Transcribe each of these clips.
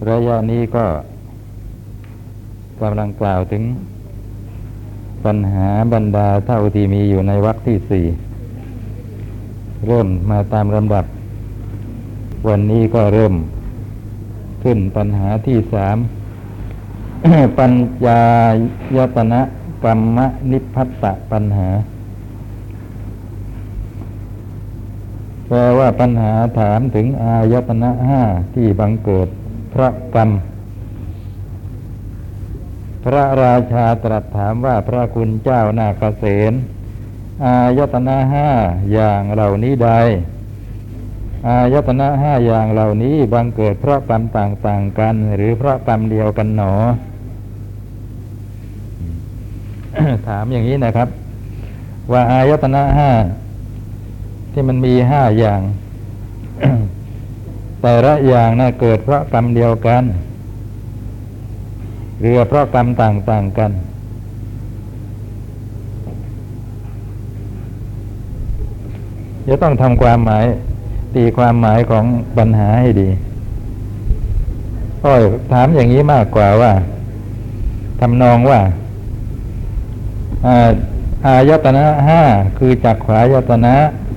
ระยะนี้ก็กำลังกล่าวถึงปัญหาบรรดาเท่าที่มีอยู่ในวรรคที่สี่เริ่มมาตามลำดับวันนี้ก็เริ่มขึ้นปัญหาที่สาม ปัญญายตนะกรรมนิพพัตตปัญหาแปลว่าปัญหาถามถึงอายตนะห้าที่บังเกิดเพราะกรรมพระราชาตรัสถามว่าพระคุณเจ้านาคเสนอายตนะห้าอย่างเหล่านี้ใดอายตนะห้าอย่างเหล่านี้บังเกิดเพราะกรรมต่างๆกันหรือเพราะกรรมเดียวกันหนอ ถามอย่างนี้นะครับ ว่าอายตนะห้าที่มันมีห้าอย่าง แต่ละอย่างน่ะเกิดเพราะกรรมเดียวกันหรือเพราะกรรมต่างๆกันจะต้องทำความหมายตีความหมายของปัญหาให้ดีถามอย่างนี้มากกว่าว่าทำนองว่าอายตนะห้าคือจักขายตนะ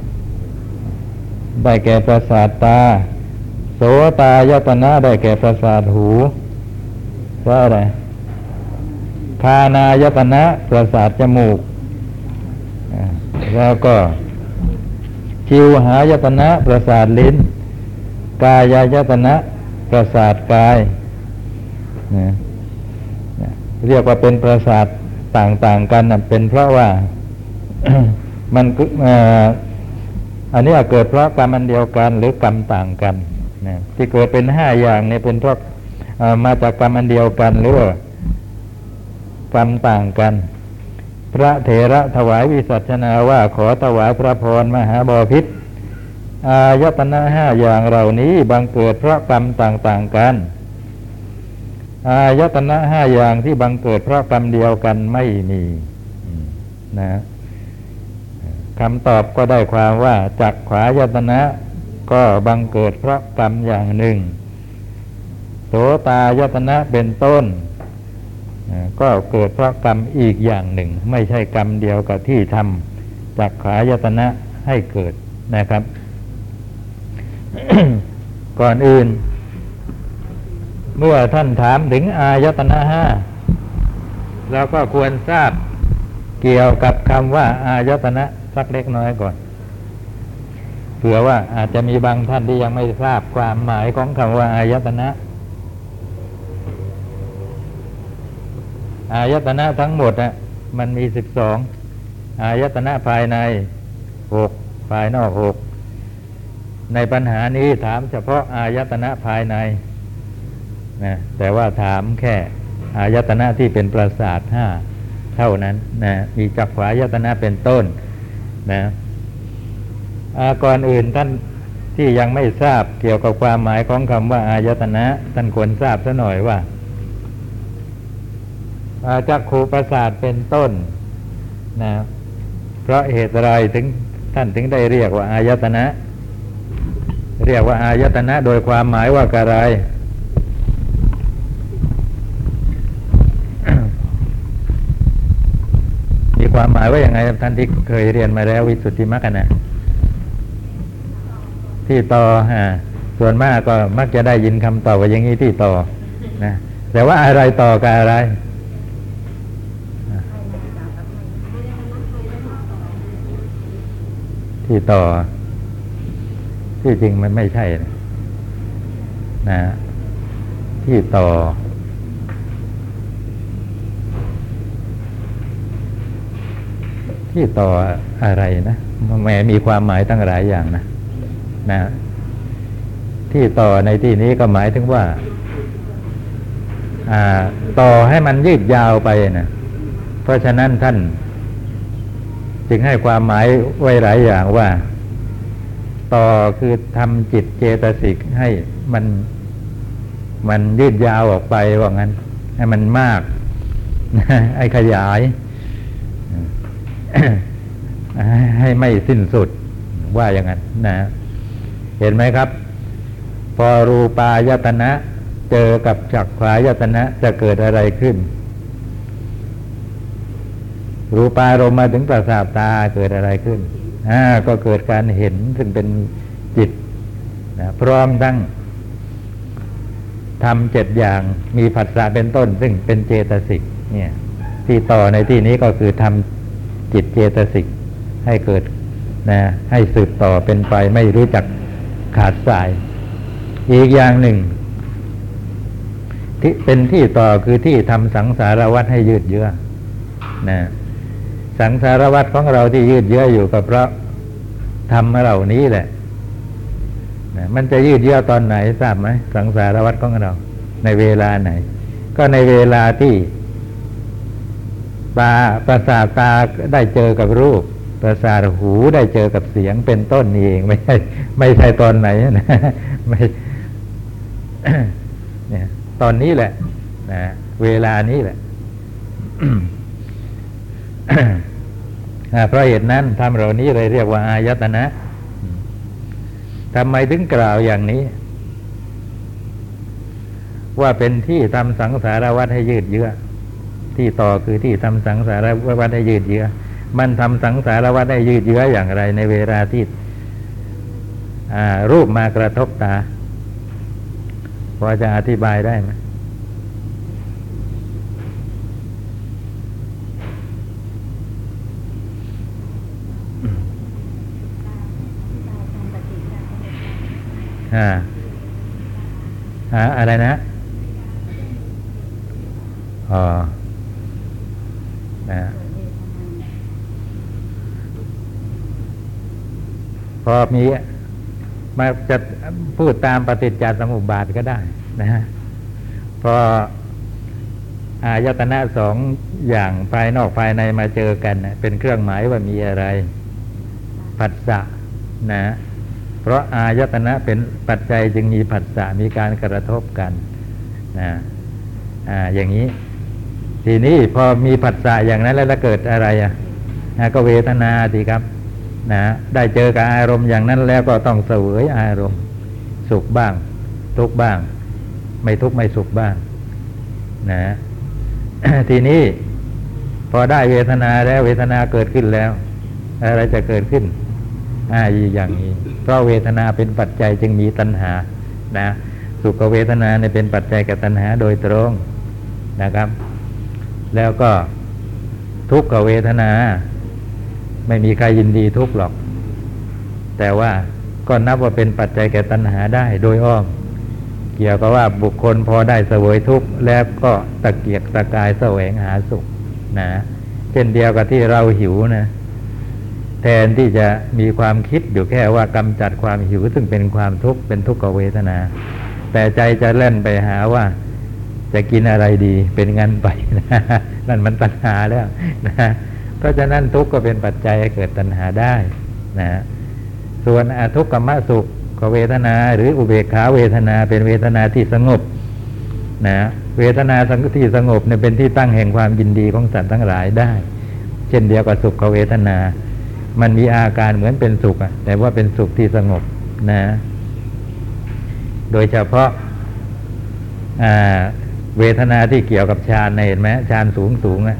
ได้แก่ประสาทตาโสตายตนะได้แก่ประสาทหูว่าอะไรคานายตนะประสาทจมูกแล้วก็ชิวหายตนะประสาทลิ้นกายายตนะประสาทกายเรียกว่าเป็นประสาทต่างๆกันเป็นเพราะว่า มันอันนี้เกิดเพราะกรรมอันเดียวกันหรือกรรมต่างกันที่เกิดเป็นห้าอย่างเนี่ยเป็นเพราะมาจากกรรมอันเดียวกันหรือว่ากรรมต่างกันพระเถระถวายวิสัชนาว่าขอถวายพระพรมหาบพิตรอายตนะห้าอย่างเหล่านี้บังเกิดเพราะกรรมต่างๆกันอายตนะห้าอย่างที่บังเกิดเพราะกรรมเดียวกันไม่มีนะคำตอบก็ได้ความว่าจักขายตนะก็บังเกิดเพราะกรรมอย่างหนึ่งโสตายตนะเป็นต้นก็เกิดเพราะกรรมอีกอย่างหนึ่งไม่ใช่กรรมเดียวกับที่ทำจักขายตนะให้เกิดนะครับ ก่อนอื่นเมื่อท่านถามถึงอายตนะห้าเราก็ควรทราบเกี่ยวกับคำว่าอายตนะสักเล็กน้อยก่อนเผื่อว่าอาจจะมีบางท่านที่ยังไม่ทราบความหมายของคำว่าอายตนะอายตนะทั้งหมดมันมี12อายตนะภายใน6ภายนอก6ในปัญหานี้ถามเฉพาะอายตนะภายในนะแต่ว่าถามแค่อายตนะที่เป็นประสาท5เท่านั้นนะมีจักขายตนะเป็นต้นนะก่อนอื่นท่านที่ยังไม่ทราบเกี่ยวกับความหมายของคำว่าอายตนะท่านควรทราบซะหน่อยว่าจักขุประสาทเป็นต้นนะเพราะเหตุอะไรถึงท่านถึงได้เรียกว่าอายตนะเรียกว่าอายตนะโดยความหมายว่าอะไร มีความหมายว่าอย่างไงท่านที่เคยเรียนมาแล้ววิสุทธิมรรคนะที่ต่อส่วนมากก็มักจะได้ยินคำตอบว่าอย่างนี้ที่ต่อนะแต่ว่าอะไรต่อกับอะไรที่ต่อที่จริงมันไม่ใช่นะที่ต่ออะไรนะแหมมีความหมายตั้งหลายอย่างนะที่ต่อในที่นี้ก็หมายถึงว่าต่อให้มันยืดยาวไปนะเพราะฉะนั้นท่านจึงให้ความหมายไว้หลายอย่างว่าต่อคือทำจิตเจตสิกให้มันยืดยาวออกไปว่างั้นให้มันมาก ให้ขยาย ให้ไม่สิ้นสุดว่าอย่างนั้นนะเห็นไหมครับพอรูปายตนะเจอกับจักขายตนะจะเกิดอะไรขึ้นรูปารมณ์มาถึงประสาทตาเกิดอะไรขึ้นก็เกิดการเห็นซึ่งเป็นจิตนะพร้อมทั้งทำ7อย่างมีผัสสะเป็นต้นซึ่งเป็นเจตสิกเนี่ยที่ต่อในที่นี้ก็คือทำจิตเจตสิกให้เกิดนะให้สืบต่อเป็นไปไม่รู้จักขาดสายอีกอย่างหนึ่งที่เป็นที่ต่อคือที่ทำสังสารวัฏให้ยืดเยื้อนะสังสารวัฏของเราที่ยืดเยื้ออยู่ก็เพราะทำเหล่านี้แหละนะมันจะยืดเยื้อตอนไหนทราบไหมสังสารวัฏของเราในเวลาไหนก็ในเวลาที่ตาประสาทตาได้เจอกับรูปประสาทหูได้เจอกับเสียงเป็นต้นนี่เองไม่ใช่ตอนไหนนะไม่ เนี่ยตอนนี้แหละนะเวลานี้แหละ เพราะเหตุนั้นธรรมเหล่านี้เลยเรียกว่าอายตนะทำไมถึงกล่าวอย่างนี้ว่าเป็นที่ทำสังสารวัฏให้ยืดเยื้อที่ต่อคือที่ทำสังสารวัฏให้ยืดเยื้อมันทำสังสารวัฏให้ยืดเยื้ออย่างไรในเวลาที่รูปมากระทบตาพอจะอธิบายได้ไหมอะไรนะพอมีมาจะพูดตามปฏิจจสมุปบาทก็ได้นะฮะพออายตนะสองอย่างภายนอกภายในมาเจอกันเป็นเครื่องหมายว่ามีอะไรผัสสะนะเพราะอายตนะเป็นปัจจัยจึงมีผัสสะมีการกระทบกันนะอย่างนี้ทีนี้พอมีผัสสะอย่างนั้นแล้วเกิดอะไรก็เวทนาสิครับนะได้เจอกับอารมณ์อย่างนั้นแล้วก็ต้องเสวยอารมณ์สุขบ้างทุกข์บ้างไม่ทุกข์ไม่สุขบ้างนะ ทีนี้พอได้เวทนาแล้วเวทนาเกิดขึ้นแล้วอะไรจะเกิดขึ้นอย่างนี้เพราะเวทนาเป็นปัจจัยจึงมีตัณหานะสุขเวทนาเนี่ยเป็นปัจจัยกับตัณหาโดยตรงนะครับแล้วก็ทุกขเวทนาไม่มีใครยินดีทุกข์หรอกแต่ว่าก็นับว่าเป็นปัจจัยแก่ตัณหาได้โดยอ้อมเกี่ยวกับว่าบุคคลพอได้เสวยทุกข์แล้วก็ตะเกียกตะกายแสวงหาสุขนะเช่นเดียวกับที่เราหิวนะแทนที่จะมีความคิดอยู่แค่ว่ากำจัดความหิวซึ่งเป็นความทุกข์เป็นทุกขเวทนาแต่ใจจะเล่นไปหาว่าจะกินอะไรดีเป็นงั้นไปนะนั่นมันตัณหาแล้วนะเพราะฉะนั้นทุกข์ก็เป็นปัจจัยให้เกิดตัณหาได้นะส่วนอทุกขมสุขเวทนาหรืออุเบกขาเวทนาเป็นเวทนาที่สงบนะเวทนาที่สงบเนี่ยเป็นที่ตั้งแห่งความยินดีของสัตว์ทั้งหลายได้เช่นเดียวกับสุขเวทนามันมีอาการเหมือนเป็นสุขแต่ว่าเป็นสุขที่สงบนะโดยเฉพาะเวทนาที่เกี่ยวกับฌานเห็นไหมฌานสูงนะ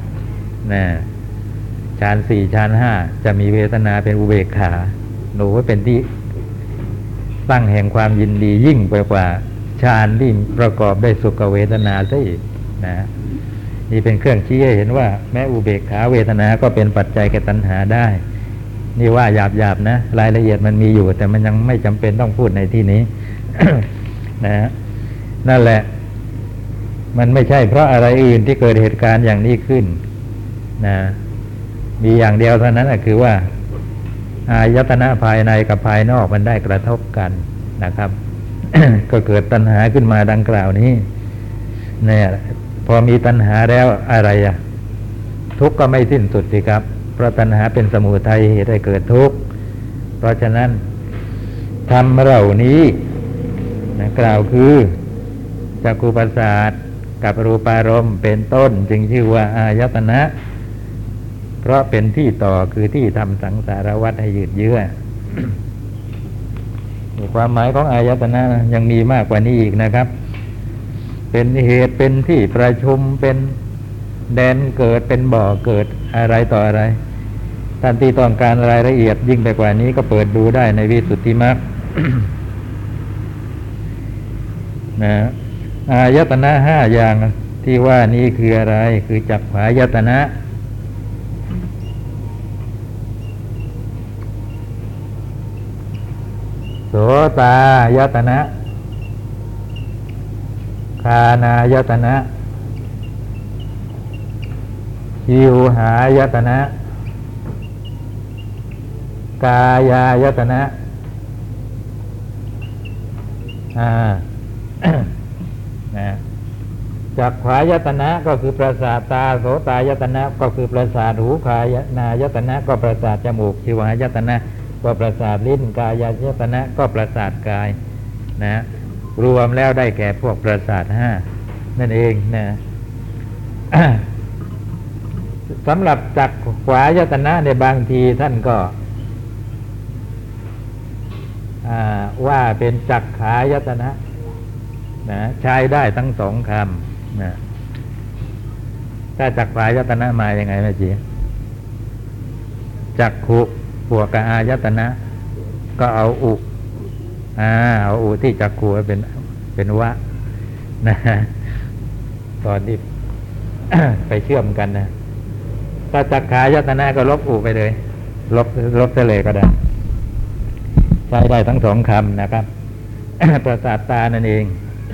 ฌาน4ฌาน5จะมีเวทนาเป็นอุเบกขาหนูว่าเป็นที่ตั้งแห่งความยินดียิ่งไปกว่าฌานที่ประกอบด้วยสุขเวทนาซะอีกนะนี่เป็นเครื่องชี้ให้เห็นว่าแม้อุเบกขาเวทนาก็เป็นปัจจัยแก่ตัณหาได้นี่ว่าหยาบๆนะรายละเอียดมันมีอยู่แต่มันยังไม่จำเป็นต้องพูดในที่นี้ นะนั่นแหละมันไม่ใช่เพราะอะไรอื่นที่เกิดเหตุการณ์อย่างนี้ขึ้นนะมีอย่างเดียวเท่านั้นคือว่าอายตนะภายในกับภายนอกมันได้กระทบกันนะครับ ก็เกิดตัณหาขึ้นมาดังกล่าวนี้เนี่ยพอมีตัณหาแล้วอะไรทุกข์ก็ไม่สิ้นสุดสิครับเพราะตัณหาเป็นสมุทัยเหตุให้เกิดทุกข์เพราะฉะนั้นธรรมเหล่านี้กล่าวคือจักขุประสาทกับรูปารมณ์เป็นต้นจึงชื่อว่าอายตนะเพราะเป็นที่ต่อคือที่ทำสังสารวัฏให้ยืดเยื้อ ความหมายของอายตนะยังมีมากกว่านี้อีกนะครับเป็นเหตุเป็นที่ประชุมเป็นแดนเกิดเป็นบ่อเกิดอะไรต่ออะไรท่านที่ต้องการรายละเอียดยิ่งไปกว่านี้ก็เปิดดูได้ในวิสุทธิมรรค นะอายตนะห้าอย่างที่ว่านี้คืออะไรคือจักขายตนะโสตายตนะคานายตนะชิวหายตนะกายายตนะนะจักขายตนะก็คือประสาทตาโสตายตนะก็คือประสาทหูคานายตนะก็ประสาทจมูกชิวหายตนะก็ประสาทลิ้นกายายตนะก็ประสาทกายนะรวมแล้วได้แก่พวกประสาทห้านั่นเองนะ สำหรับจักขายตนะในบางทีท่านก็ว่าเป็นจักขายตนะนะใช้ได้ทั้งสองคำนะถ้าจักขายตนะมายังไงแม่จีจักขุบวกกับอายตนะก็เอาเอาอุที่จักขุเป็นวะนะตอนที่ ไปเชื่อมกันนะถ้าจักขายตนะก็ลบอุไปเลยลบเสลยก็ได้ใช้ได้ทั้งสองคำนะครับ ประสาทตานั่นเอง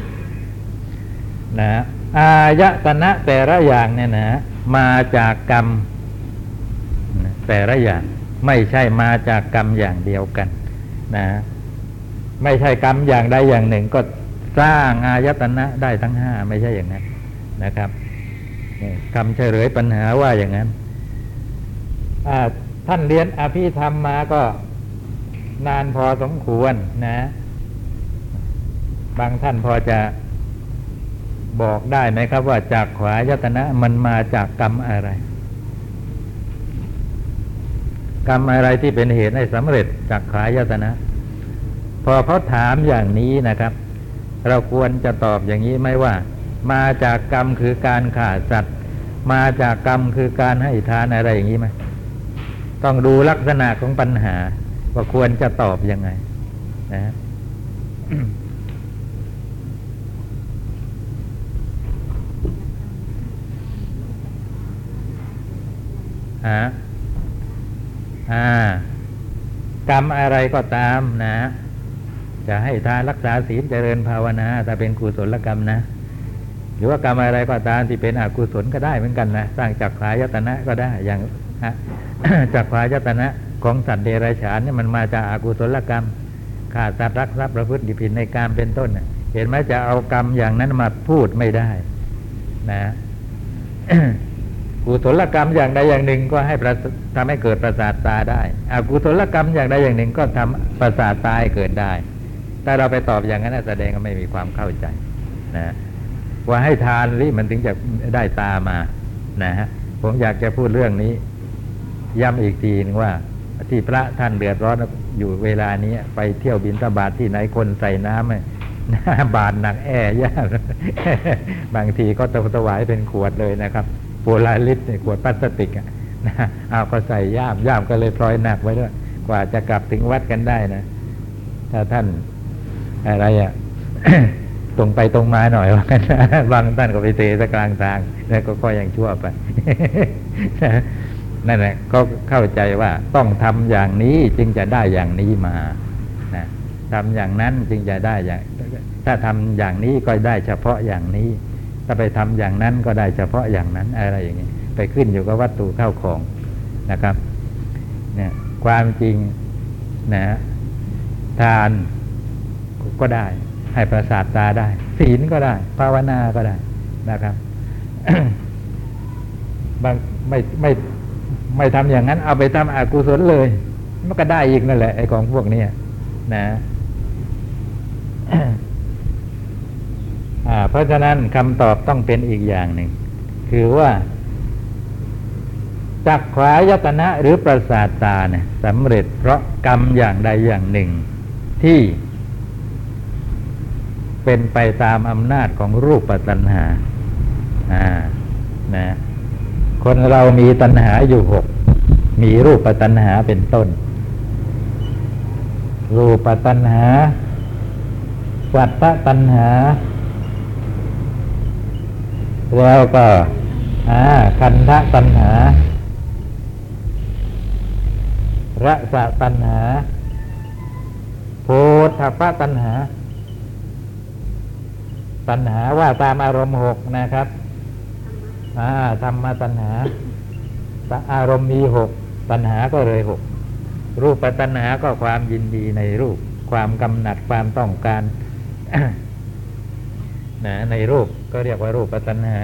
นะอายตนะแต่ละอย่างเนี่ยนะมาจากกรรมแต่ละอย่างไม่ใช่มาจากกรรมอย่างเดียวกันนะไม่ใช่กรรมอย่างใดอย่างหนึ่งก็สร้างอายตนะได้ทั้งห้าไม่ใช่อย่างนั้นนะครับคำเฉลยปัญหาว่าอย่างนั้นท่านเรียนอภิธรรมมาก็นานพอสมควรนะบางท่านพอจะบอกได้ไหมครับว่าจักขายตนะมันมาจากกรรมอะไรกรรมอะไรที่เป็นเหตุให้สำเร็จจักขายตนะพอเขาถามอย่างนี้นะครับเราควรจะตอบอย่างนี้ไหมว่ามาจากกรรมคือการฆ่าสัตว์มาจากกรรมคือการให้ทานอะไรอย่างนี้ไหมต้องดูลักษณะของปัญหาว่าควรจะตอบยังไงนะกรรมอะไรก็ตามนะจะให้ทานรักษาศีลเจริญภาวนาถ้าเป็นกุศลกรรมนะหรือว่ากรรมอะไรก็ตามที่เป็นอกุศลก็ได้เหมือนกันนะสร้างจักขายตนะก็ได้อย่าง จักขายตนะของสัตว์เดรัจฉานนี่มันมาจากอกุศลกรรมฆ่าสัตว์รักทรัพย์ประพฤติผิดในกามเป็นต้นเห็นไหมจะเอากรรมอย่างนั้นมาพูดไม่ได้นะ กุศลกรรมอย่างใดอย่างหนึ่งก็ให้ทำให้เกิดประสาทตาได้อกุศลกรรมอย่างใดอย่างหนึ่งก็ทำประสาทตาให้เกิดได้ถ้าเราไปตอบอย่างนั้นแสดงว่าไม่มีความเข้าใจนะว่าให้ทานนี่มันถึงจะได้ตามานะฮะผมอยากจะพูดเรื่องนี้ย้ำอีกทีนึงว่าที่พระท่านเดือดร้อนอยู่เวลานี้ไปเที่ยวบิณฑบาตที่ไหนคนใส่น้ำบาทหนักแอ่ยากบางทีก็ถวายเป็นขวดเลยนะครับโพลาริสขวดพลาสติกนะเอาก็ใส่ย่ามก็เลยพลอยหนักไว้ด้วยกว่าจะกลับถึงวัดกันได้นะถ้าท่านอะไรตรงไปตรงมาหน่อยว่ากันบางท่านก็ไปเทซะกลางทางแล้วก็ยังชั่วไป นั่นแหละก็เข้าใจว่าต้องทำอย่างนี้จึงจะได้อย่างนี้มานะทำอย่างนั้นจึงจะได้อย่างถ้าทำอย่างนี้ก็ได้เฉพาะอย่างนี้ถ้าไปทำอย่างนั้นก็ได้เฉพาะอย่างนั้นอะไรอย่างนี้ไปขึ้นอยู่กับวัตถุเข้าของนะครับเนี่ยความจริงนะทานก็ได้ให้ประสาทตาได้ศีลก็ได้ภาวนาก็ได้นะครับ บางไม่ทำอย่างนั้นเอาไปทำอกุศลเลยมันก็ได้อีกนั่นแหละไอ้ของพวกนี้นะ เพราะฉะนั้นคำตอบต้องเป็นอีกอย่างหนึ่งคือว่าจักขายตนะหรือประสาทตาเนี่ยสำเร็จเพราะกรรมอย่างใดอย่างหนึ่งที่เเป็นไปตามอำนาจของรูปตัณหานะคนเรามีตัณหาอยู่6มีรูปตัณหาเป็นต้นรูปตัณหาวัฏฏตัณหาแล้วก็คันธตัณหารสตัณหาโผฏฐัพพตัณหาตัณหาว่าตามอารมณ์6นะครับธรรมตัณหาอารมณ์มี6ตัณหาก็เลย6รูปตัณหาก็ความยินดีในรูปความกำหนัดความต้องการ ในรูปก็เรียกว่ารูปตัณหา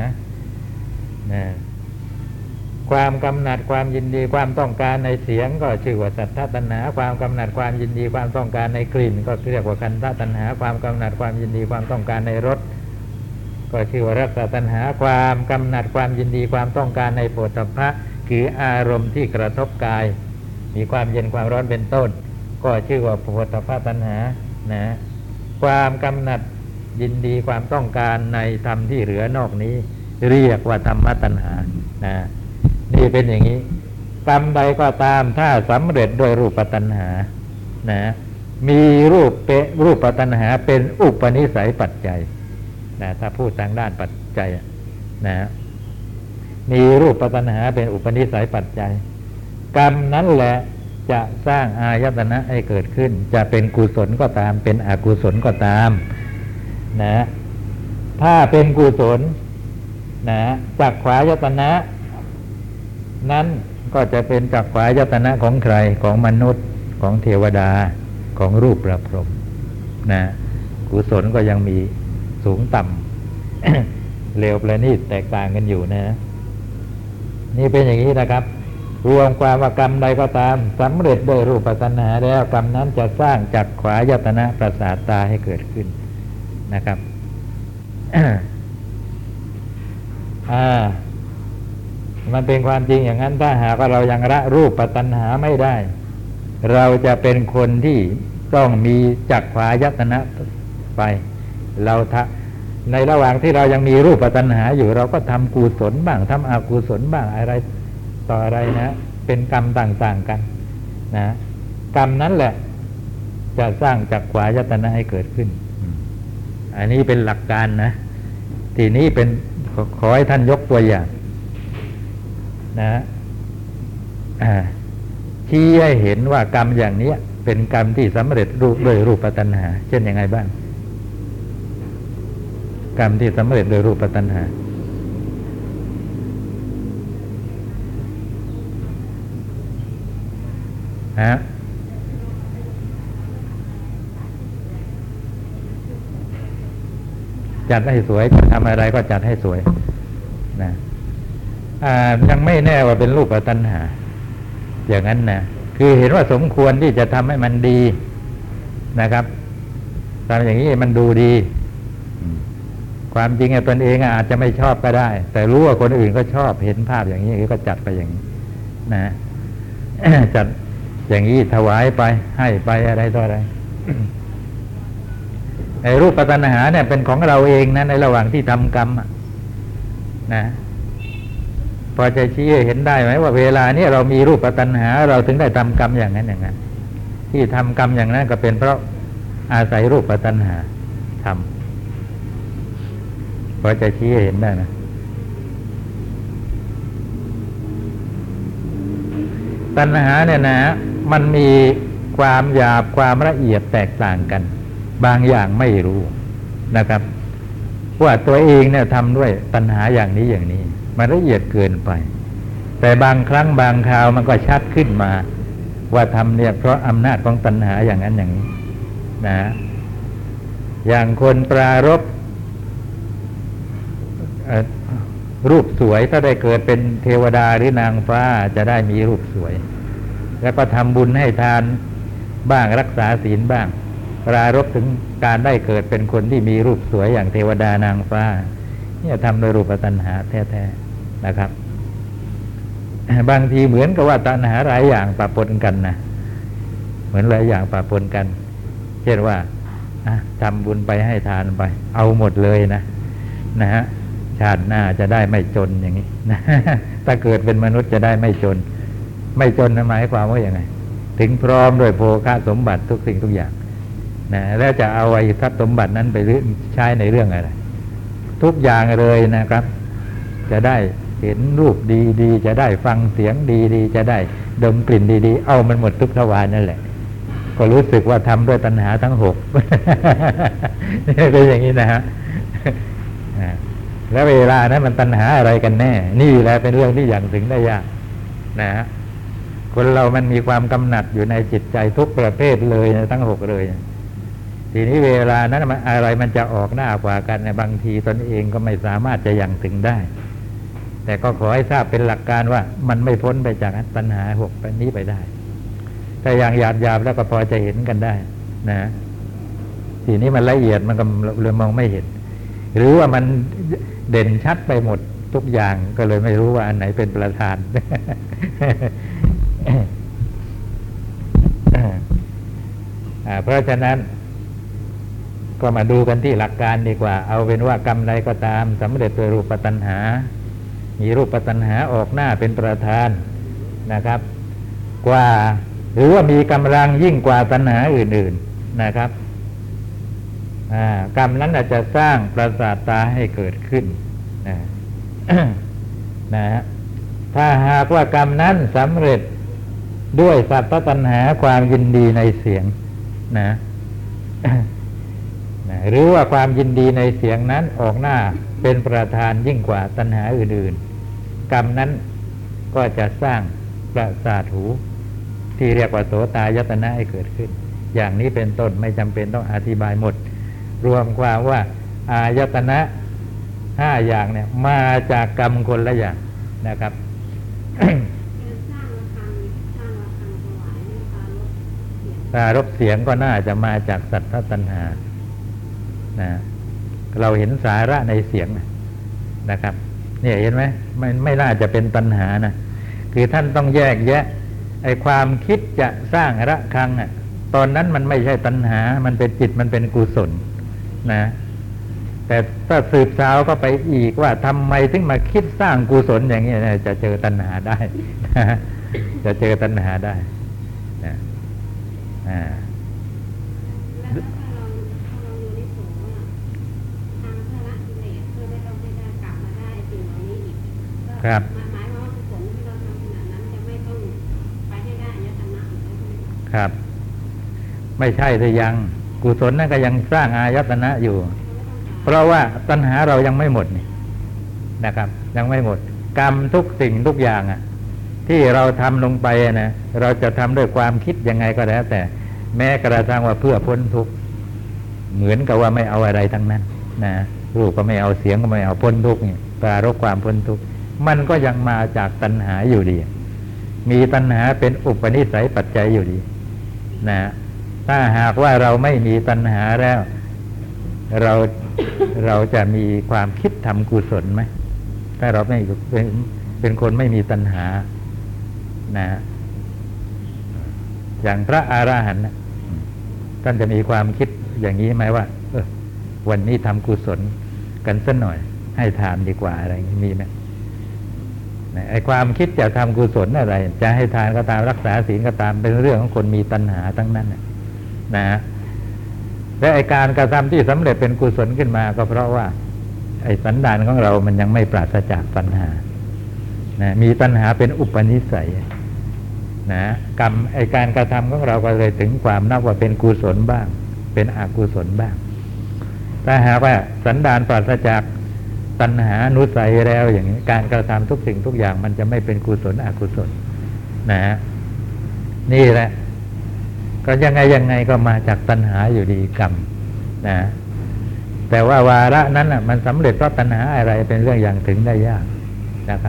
ความกำหนัดความยินดีความต้องการในเสียงก็ชื่อว่าสัทธตัณหาความกำหนัดความยินดีความต้องการในกลิ่นก็เรียกว่าคันธตัณหาความกำหนัดความยินดีความต้องการในรสก็ชื่อว่ารสตัณหาความกำหนัดความยินดีความต้องการในโผฏฐัพพะคืออารมณ์ที่กระทบกายมีความเย็นความร้อนเป็นต้นก็ชื่อว่าโผฏฐัพพตัณหาความกำหนัดยินดีความต้องการในธรรมที่เหลือนอกนี้เรียกว่าธรรมตัณหานี่เป็นอย่างนี้กรรมใดก็ตามถ้าสำเร็จด้วยรูปตัณหามีรูปตัณหาเป็นอุปนิสัยปัจจัยถ้าพูดทางด้านปัจจัยมีรูปตัณหาเป็นอุปนิสัยปัจจัยกรรมนั้นแหละจะสร้างอายตนะให้เกิดขึ้นจะเป็นกุศลก็ตามเป็นอกุศลก็ตามถ้าเป็นกุศลจักขวายตนะนั้นก็จะเป็นจักขวายตนะของใครของมนุษย์ของเทวดาของรูปประพรหมกุศลก็ยังมีสูงต่ำ เลวประณีตแตกต่างกันอยู่นี่เป็นอย่างนี้นะครับรวมความว่ากรรมใดก็ตามสำเร็จโดยรูปตัณหาแล้วกรรมนั้นจะสร้างจักขวายตนะประสาทตาให้เกิดขึ้นนะครับ มันเป็นความจริงอย่างนั้นถ้าหากว่าเรายังละรูปตัณหาไม่ได้เราจะเป็นคนที่ต้องมีจักขวายตนะไปในระหว่างที่เรายังมีรูปตัณหาอยู่เราก็ทำกุศลบ้างทำอกุศลบ้างอะไรต่ออะไรเป็นกรรมต่างๆกันกรรมนั้นแหละจะสร้างจักขวายตนะให้เกิดขึ้นอันนี้เป็นหลักการทีนี้เป็นขอให้ท่านยกตัวอย่างชี้ให้เห็นว่ากรรมอย่างนี้เป็นกรรมที่สำเร็จด้วยรูปตัณหาเช่นยังไงบ้างกรรมที่สำเร็จโดยรูปตัณหาจัดให้สวยจะทำอะไรก็จัดให้สวยยังไม่แน่ว่าเป็นรูปตัณหาอย่างนั้นคือเห็นว่าสมควรที่จะทำให้มันดีนะครับทำอย่างนี้มันดูดีความจริงตนเองอาจจะไม่ชอบก็ได้แต่รู้ว่าคนอื่นก็ชอบเห็นภาพอย่างนี้ก็จัดไปอย่างนี้จัดอย่างนี้ถวายไปให้ไปอะไรต่ออะไร ไอ้รูปตัณหาเนี่ยเป็นของเราเองนะในระหว่างที่ทำกรรมพอจะชี้เห็นได้ไหมว่าเวลานี้เรามีรูปตัณหาเราถึงได้ทำกรรมอย่างนั้นอย่างนั้นที่ทำกรรมอย่างนั้นก็เป็นเพราะอาศัยรูปตัณหาทำพอจะชี้เห็นได้นะตัณหาเนี่ยมันมีความหยาบความละเอียดแตกต่างกันบางอย่างไม่รู้นะครับว่าตัวเองเนี่ยทำด้วยตัณหาอย่างนี้อย่างนี้มันละเอียดเกินไปแต่บางครั้งบางคราวมันก็ชัดขึ้นมาว่าทำเนี่ยเพราะอำนาจของตัณหาอย่างนั้นอย่างนี้อย่างคนปรารภรูปสวยถ้าได้เกิดเป็นเทวดาหรือนางฟ้าจะได้มีรูปสวยแล้วก็ทำบุญให้ทานบ้างรักษาศีลบ้างปรารภถึงการได้เกิดเป็นคนที่มีรูปสวยอย่างเทวดานางฟ้าเนี่ยทำโดยรูปตัณหาแท้ๆนะครับบางทีเหมือนกับว่าตัณหาหลายอย่างปะปนกันเหมือนหลายอย่างปะปนกันเช่นว่าทำบุญไปให้ทานไปเอาหมดเลยนะฮะชาติหน้าจะได้ไม่จนอย่างนี้นะถ้าเกิดเป็นมนุษย์จะได้ไม่จนหมายความว่าอย่างไงถึงพร้อมด้วยโภคสมบัติทุกสิ่งทุกอย่างนะแล้วจะเอาไอ้ทรัพย์สมบัตินั้นไปใช้ในเรื่องอะไรทุกอย่างเลยนะครับจะได้เห็นรูปดีๆจะได้ฟังเสียงดีๆจะได้ดมกลิ่นดีๆเอามันหมดทุกทวารนั่นแหละก็รู้สึกว่าทำด้วยตัณหาทั้ง6 เป็นอย่างนี้นะฮะแล้วเวลานั้นมันตัณหาอะไรกันแน่นี่แหละเป็นเรื่องที่อย่างถึงได้ยากนะฮะคนเรามันมีความกำหนัดอยู่ในจิตใจทุกประเภทเลยทั้ง6เลยทีนี้เวลานั้นมันอะไรมันจะออกหน้ากว่ากันในบางทีตนเองก็ไม่สามารถจะยังถึงได้แต่ก็ขอให้ทราบเป็นหลักการว่ามันไม่พ้นไปจากตัณหา6ไปนี้ไปได้แต่อย่างหยาบๆแล้วก็พอจะเห็นกันได้นะทีนี้มันละเอียดมันก็เลยมองไม่เห็นหรือว่ามันเด่นชัดไปหมดทุกอย่างก็เลยไม่รู้ว่าอันไหนเป็นประธาน เพราะฉะนั้นก็มาดูกันที่หลักการดีกว่าเอาเป็นว่ากรรมใดก็ตามสำเร็จโดยรูปตัณหามีรูปตัณหาออกหน้าเป็นประธานนะครับกว่าหรือว่ามีกำลังยิ่งกว่าตัณหาอื่นๆนะครับกรรมนั้นอาจจะสร้างประสาทตาให้เกิดขึ้นนะฮะถ้าหากว่ากรรมนั้นสำเร็จด้วยสัตตตัณหาความยินดีในเสียงนะหรือว่าความยินดีในเสียงนั้นออกหน้าเป็นประธานยิ่งกว่าตัณหาอื่นๆกรรมนั้นก็จะสร้างประสาทหูที่เรียกว่าโสตายตนะให้เกิดขึ้นอย่างนี้เป็นต้นไม่จำเป็นต้องอธิบายหมดรวมความว่าอายตนะ5อย่างเนี่ยมาจากกรรมคนละอย่างนะครับ ปรารภเสียงก็น่าจะมาจากสัทธตัณหานะเราเห็นสาระในเสียงนะครับเนี่ยเห็นไหมไม่น่าจะเป็นตัณหานะคือท่านต้องแยกแยะไอ้ความคิดจะสร้างระฆังตอนนั้นมันไม่ใช่ตัณหามันเป็นจิตมันเป็นกุศลนะแต่ถ้าสืบสาวก็ไปอีกว่าทำไมถึงมาคิดสร้างกุศลอย่างนี้จะเจอตัณหาได้จะเจอตัณหาได้นะครับครับไม่ใช่แต่ยังกุศลนั่นก็ยังสร้างอายตนะอยู่เพราะว่าตัณหาเรายังไม่หมดนี่นะครับยังไม่หมดกรรมทุกสิ่งทุกอย่างที่เราทำลงไปนะเราจะทำด้วยความคิดยังไงก็แล้วแต่แม้กระทั่งว่าเพื่อพ้นทุกข์เหมือนกับว่าไม่เอาอะไรทั้งนั้นนะรูปก็ไม่เอาเสียงก็ไม่เอาพ้นทุกข์นี่ปรารภความพ้นทุกข์มันก็ยังมาจากตัณหาอยู่ดีมีตัณหาเป็นอุปนิสัยปัจจัยอยู่ดีนะถ้าหากว่าเราไม่มีตัณหาแล้วเราจะมีความคิดทำกุศลไหมถ้าเราไม่เป็นคนไม่มีตัณหานะอย่างพระอรหันต์ท่านจะมีความคิดอย่างนี้ไหมว่าวันนี้ทำกุศลกันสักหน่อยให้ทานดีกว่าอะไรอย่างนี้มีไหมไอ้ความคิดจะทำกุศลอะไรจะให้ทานก็ตามรักษาศีลก็ตามเป็นเรื่องของคนมีตัณหาทั้งนั้นนะและไอ้การกระทำที่สำเร็จเป็นกุศลขึ้นมาก็เพราะว่าไอ้สันดานของเรามันยังไม่ปราศจากตัณหานะมีตัณหาเป็นอุปนิสัยนะกรรมไอ้การกระทำของเราก็เลยถึงความนับว่าเป็นกุศลบ้างเป็นอกุศลบ้างถ้าหากว่าสันดานปราศจากตัณหานุสัยแล้วอย่างนี้การกระทำทุกสิ่งทุกอย่างมันจะไม่เป็นกุศลอกุศลนะนี่แหละก็ยังไงก็มาจากตัณหาอยู่ดีกรรมนะแต่ว่าวาระนั้นมันสำเร็จเพราะตัณหาอะไรเป็นเรื่องอย่างถึงได้ยากนะครับ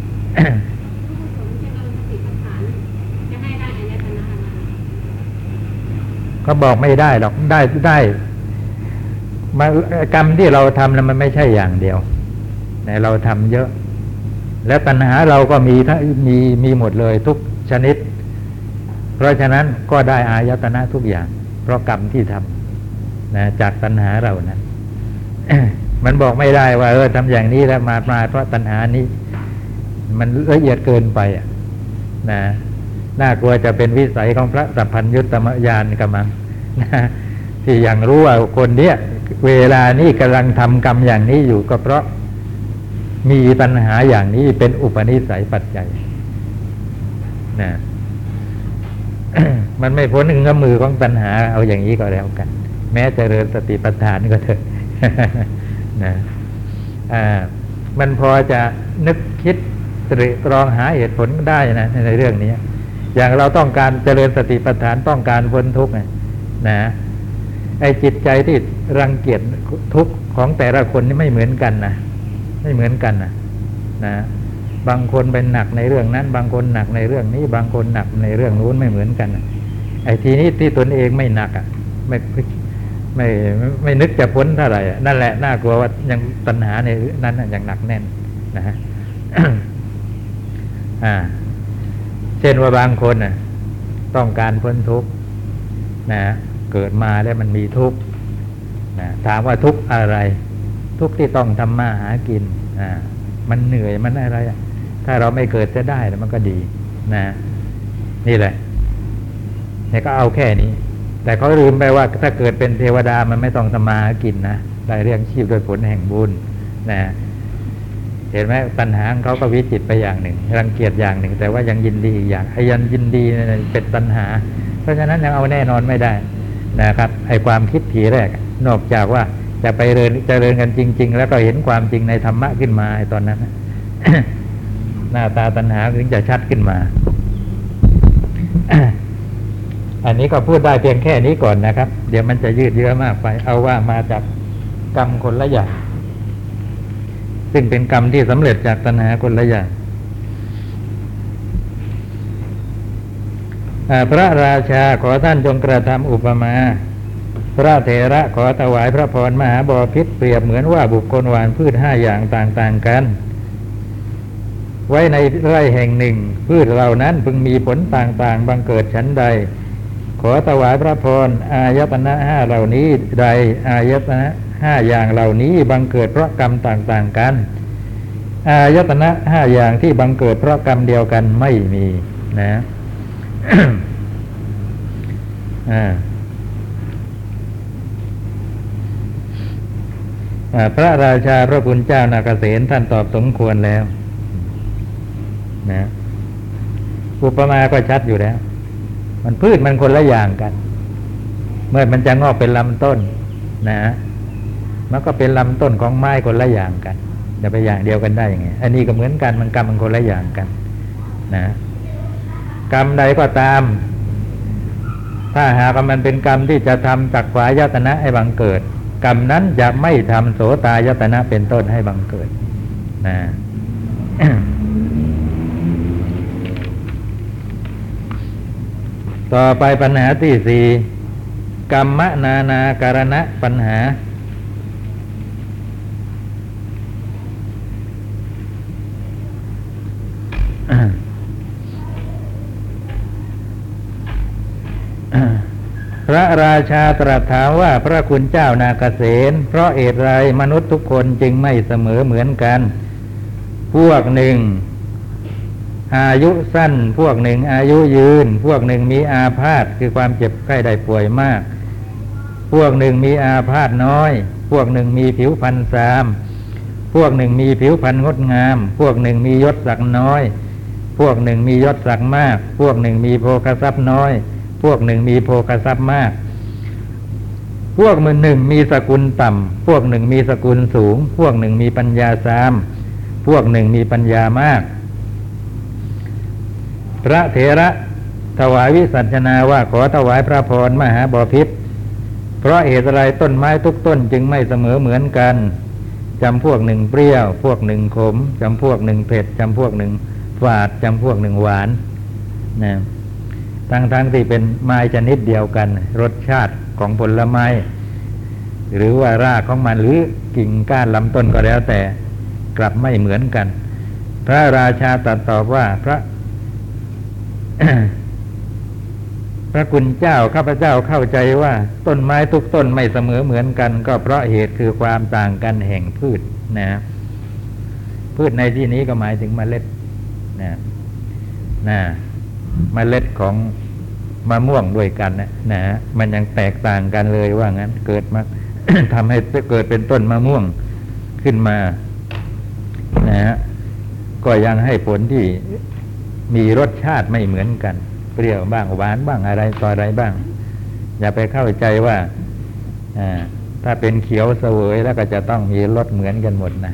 ก็บอกไม่ได้หรอกได้มากรรมที่เราทำแล้วมันไม่ใช่อย่างเดียวแต่เราทำเยอะแล้วตัณหาเราก็มีหมดเลยทุกชนิดเพราะฉะนั้นก็ได้อายตนะทุกอย่างเพราะกรรมที่ทนะจากตัณหาเรานะ มันบอกไม่ได้ว่าทำอย่างนี้แล้วมาเพราะตัณหานี้มันละเอียดเกินไปนะน่ากลัวจะเป็นวิสัยของพระสัพพัญญุตมญาณกำลังนะที่ยังรู้ว่าคนเนี้ยเวลานี้กำลังทำกรรมอย่างนี้อยู่ก็เพราะมีตัณหาอย่างนี้เป็นอุปนิสัยปัจจัยนะ มันไม่พ้นเงื้อมมือของตัณหาเอาอย่างนี้ก็แล้วกันแม้เจริญสติปัฏฐานก็เถอะ นะมันพอจะนึกคิดตรึกตรองหาเหตุผลได้นะในเรื่องนี้อย่างเราต้องการเจริญสติปัฏฐานต้องการพ้นทุกข์นะไอ้จิตใจที่รังเกียจทุกข์ของแต่ละคนนี่ไม่เหมือนกันนะไม่เหมือนกันนะบางคนเป็นหนักในเรื่องนั้นบางคนหนักในเรื่องนี้บางคนหนักในเรื่องนู้นไม่เหมือนกันไอ้ทีนี้ที่ตนเองไม่หนักไม่นึกจะพ้นเท่าไหร่นั่นแหละน่ากลัวว่ายังตัณหาในนั้นยังหนักแน่นนะฮะ เช่นว่าบางคนต้องการพ้นทุกข์นะเกิดมาแล้วมันมีทุกข์นะถามว่าทุกข์อะไรทุกข์ที่ต้องทำมาหากินมันเหนื่อยมันอะไรถ้าเราไม่เกิดจะได้แล้วมันก็ดีนะนี่แหละเนี่ยก็เอาแค่นี้แต่เขาลืมไปว่าถ้าเกิดเป็นเทวดามันไม่ต้องทำมาหากินนะได้เรื่องชีพโดยผลแห่งบุญนะเห็นไหมปัญหาของเขาก็วิจิตรไปอย่างหนึ่งรังเกียจอย่างหนึ่งแต่ว่ายังยินดีอีกอย่างไอ้ยันยินดีเป็นปัญหาเพราะฉะนั้นยังเอาแน่นอนไม่ได้นะครับไอ้ความคิดทีแรกนอกจากว่าจะไปเจริญกันจริงๆแล้วก็เห็นความจริงในธรรมะขึ้นมาไอ้ตอนนั้น หน้าตาตัณหาถึงจะชัดขึ้นมา อันนี้ก็พูดได้เพียงแค่นี้ก่อนนะครับเดี๋ยวมันจะยืดเยื้อมากไปเอาว่ามาจากกรรมคนละอย่างซึ่งเป็นกรรมที่สำเร็จจากตัณหาคนละอย่างพระราชาขอท่านจงกระทำอุปมาพระเถระขอถวายพระพรมหาบพิตรเปรียบเหมือนว่าบุคคลหว่านพืช5อย่างต่างๆกันไว้ในไร่แห่งหนึ่งพืชเหล่านั้นพึงมีผลต่างๆบังเกิดฉันใดขอถวายพระพรอายตนะ5เหล่านี้ใดอายตนะ5อย่างเหล่านี้บังเกิดเพราะกรรมต่างๆกันอายตนะ5อย่างที่บังเกิดเพราะกรรมเดียวกันไม่มีนะ พระราชาพระคุณเจ้านาคเสนท่านตอบสมควรแล้วนะอุปมาก็ชัดอยู่แล้วมันพืชมันคนละอย่างกันเมื่อมันจะงอกเป็นลำต้นนะมันก็เป็นลำต้นของไม้คนละอย่างกันจะไปอย่างเดียวกันได้ยังไงอันนี้ก็เหมือนกันมันกรรมมันคนละอย่างกันนะกรรมใดก็ตามถ้าหากมันเป็นกรรมที่จะทำจักขวายตนะให้บังเกิดกรรมนั้นจะไม่ทำโสตายตนะเป็นต้นให้บังเกิดนะ ต่อไปปัญหาที่4กรรมนานาการณะปัญหาพระราชาตรัสถามว่าพระคุณเจ้านาคเสนเพราะเหตุไรมนุษย์ทุกคนจึงไม่เสมอเหมือนกันพวกหนึ่งอายุสั้นพวกหนึ่งอายุยืนพวกหนึ่งมีอาพาธคือความเจ็บไข้ได้ป่วยมากพวกหนึ่งมีอาพาธน้อยพวกหนึ่งมีผิวพรรณทรามพวกหนึ่งมีผิวพรรณงดงามพวกหนึ่งมียศศักดิ์น้อยพวกหนึ่งมียศศักดิ์มากพวกหนึ่งมีโภคทรัพย์น้อยพวกหนึ่งมีโภคทรัพย์มากพวกหนึ่งมีสกุลต่ำพวกหนึ่งมีสกุลสูงพวกหนึ่งมีปัญญาทรามพวกหนึ่งมีปัญญามากพระเถระถวายวิสัชนาว่าขอถวายพระพรมหาบพิตรเพราะเหตุไรต้นไม้ทุกต้นจึงไม่เสมอเหมือนกันจำพวกหนึ่งเปรี้ยวพวกหนึ่งขมจำพวกหนึ่งเผ็ดจำพวกหนึ่งฝาดจำพวกหนึ่งหวานนะทั้งที่เป็นไม้ชนิดเดียวกันรสชาติของผลไม้หรือว่ารากของมันหรือกิ่งก้านลำต้นก็แล้วแต่กลับไม่เหมือนกันพระราชาตรัสตอบว่าพระพระคุณเจ้าข้าพเจ้าเข้าใจว่าต้นไม้ทุกต้นไม่เสมอเหมือนกันก็เพราะเหตุคือความต่างกันแห่งพืชนะพืชในที่นี้ก็หมายถึงเมล็ดนะเมล็ดของมะม่วงด้วยกันนะมันยังแตกต่างกันเลยว่างั้นเกิดมา ทำให้เกิดเป็นต้นมะม่วงขึ้นมานะก็ยังให้ผลที่มีรสชาติไม่เหมือนกันเปรี้ยวบ้างหวานบ้างอะไรต่ออะไรบ้างอย่าไปเข้าใจว่าถ้าเป็นเขียวเสวยแล้วก็จะต้องมีรสเหมือนกันหมดนะ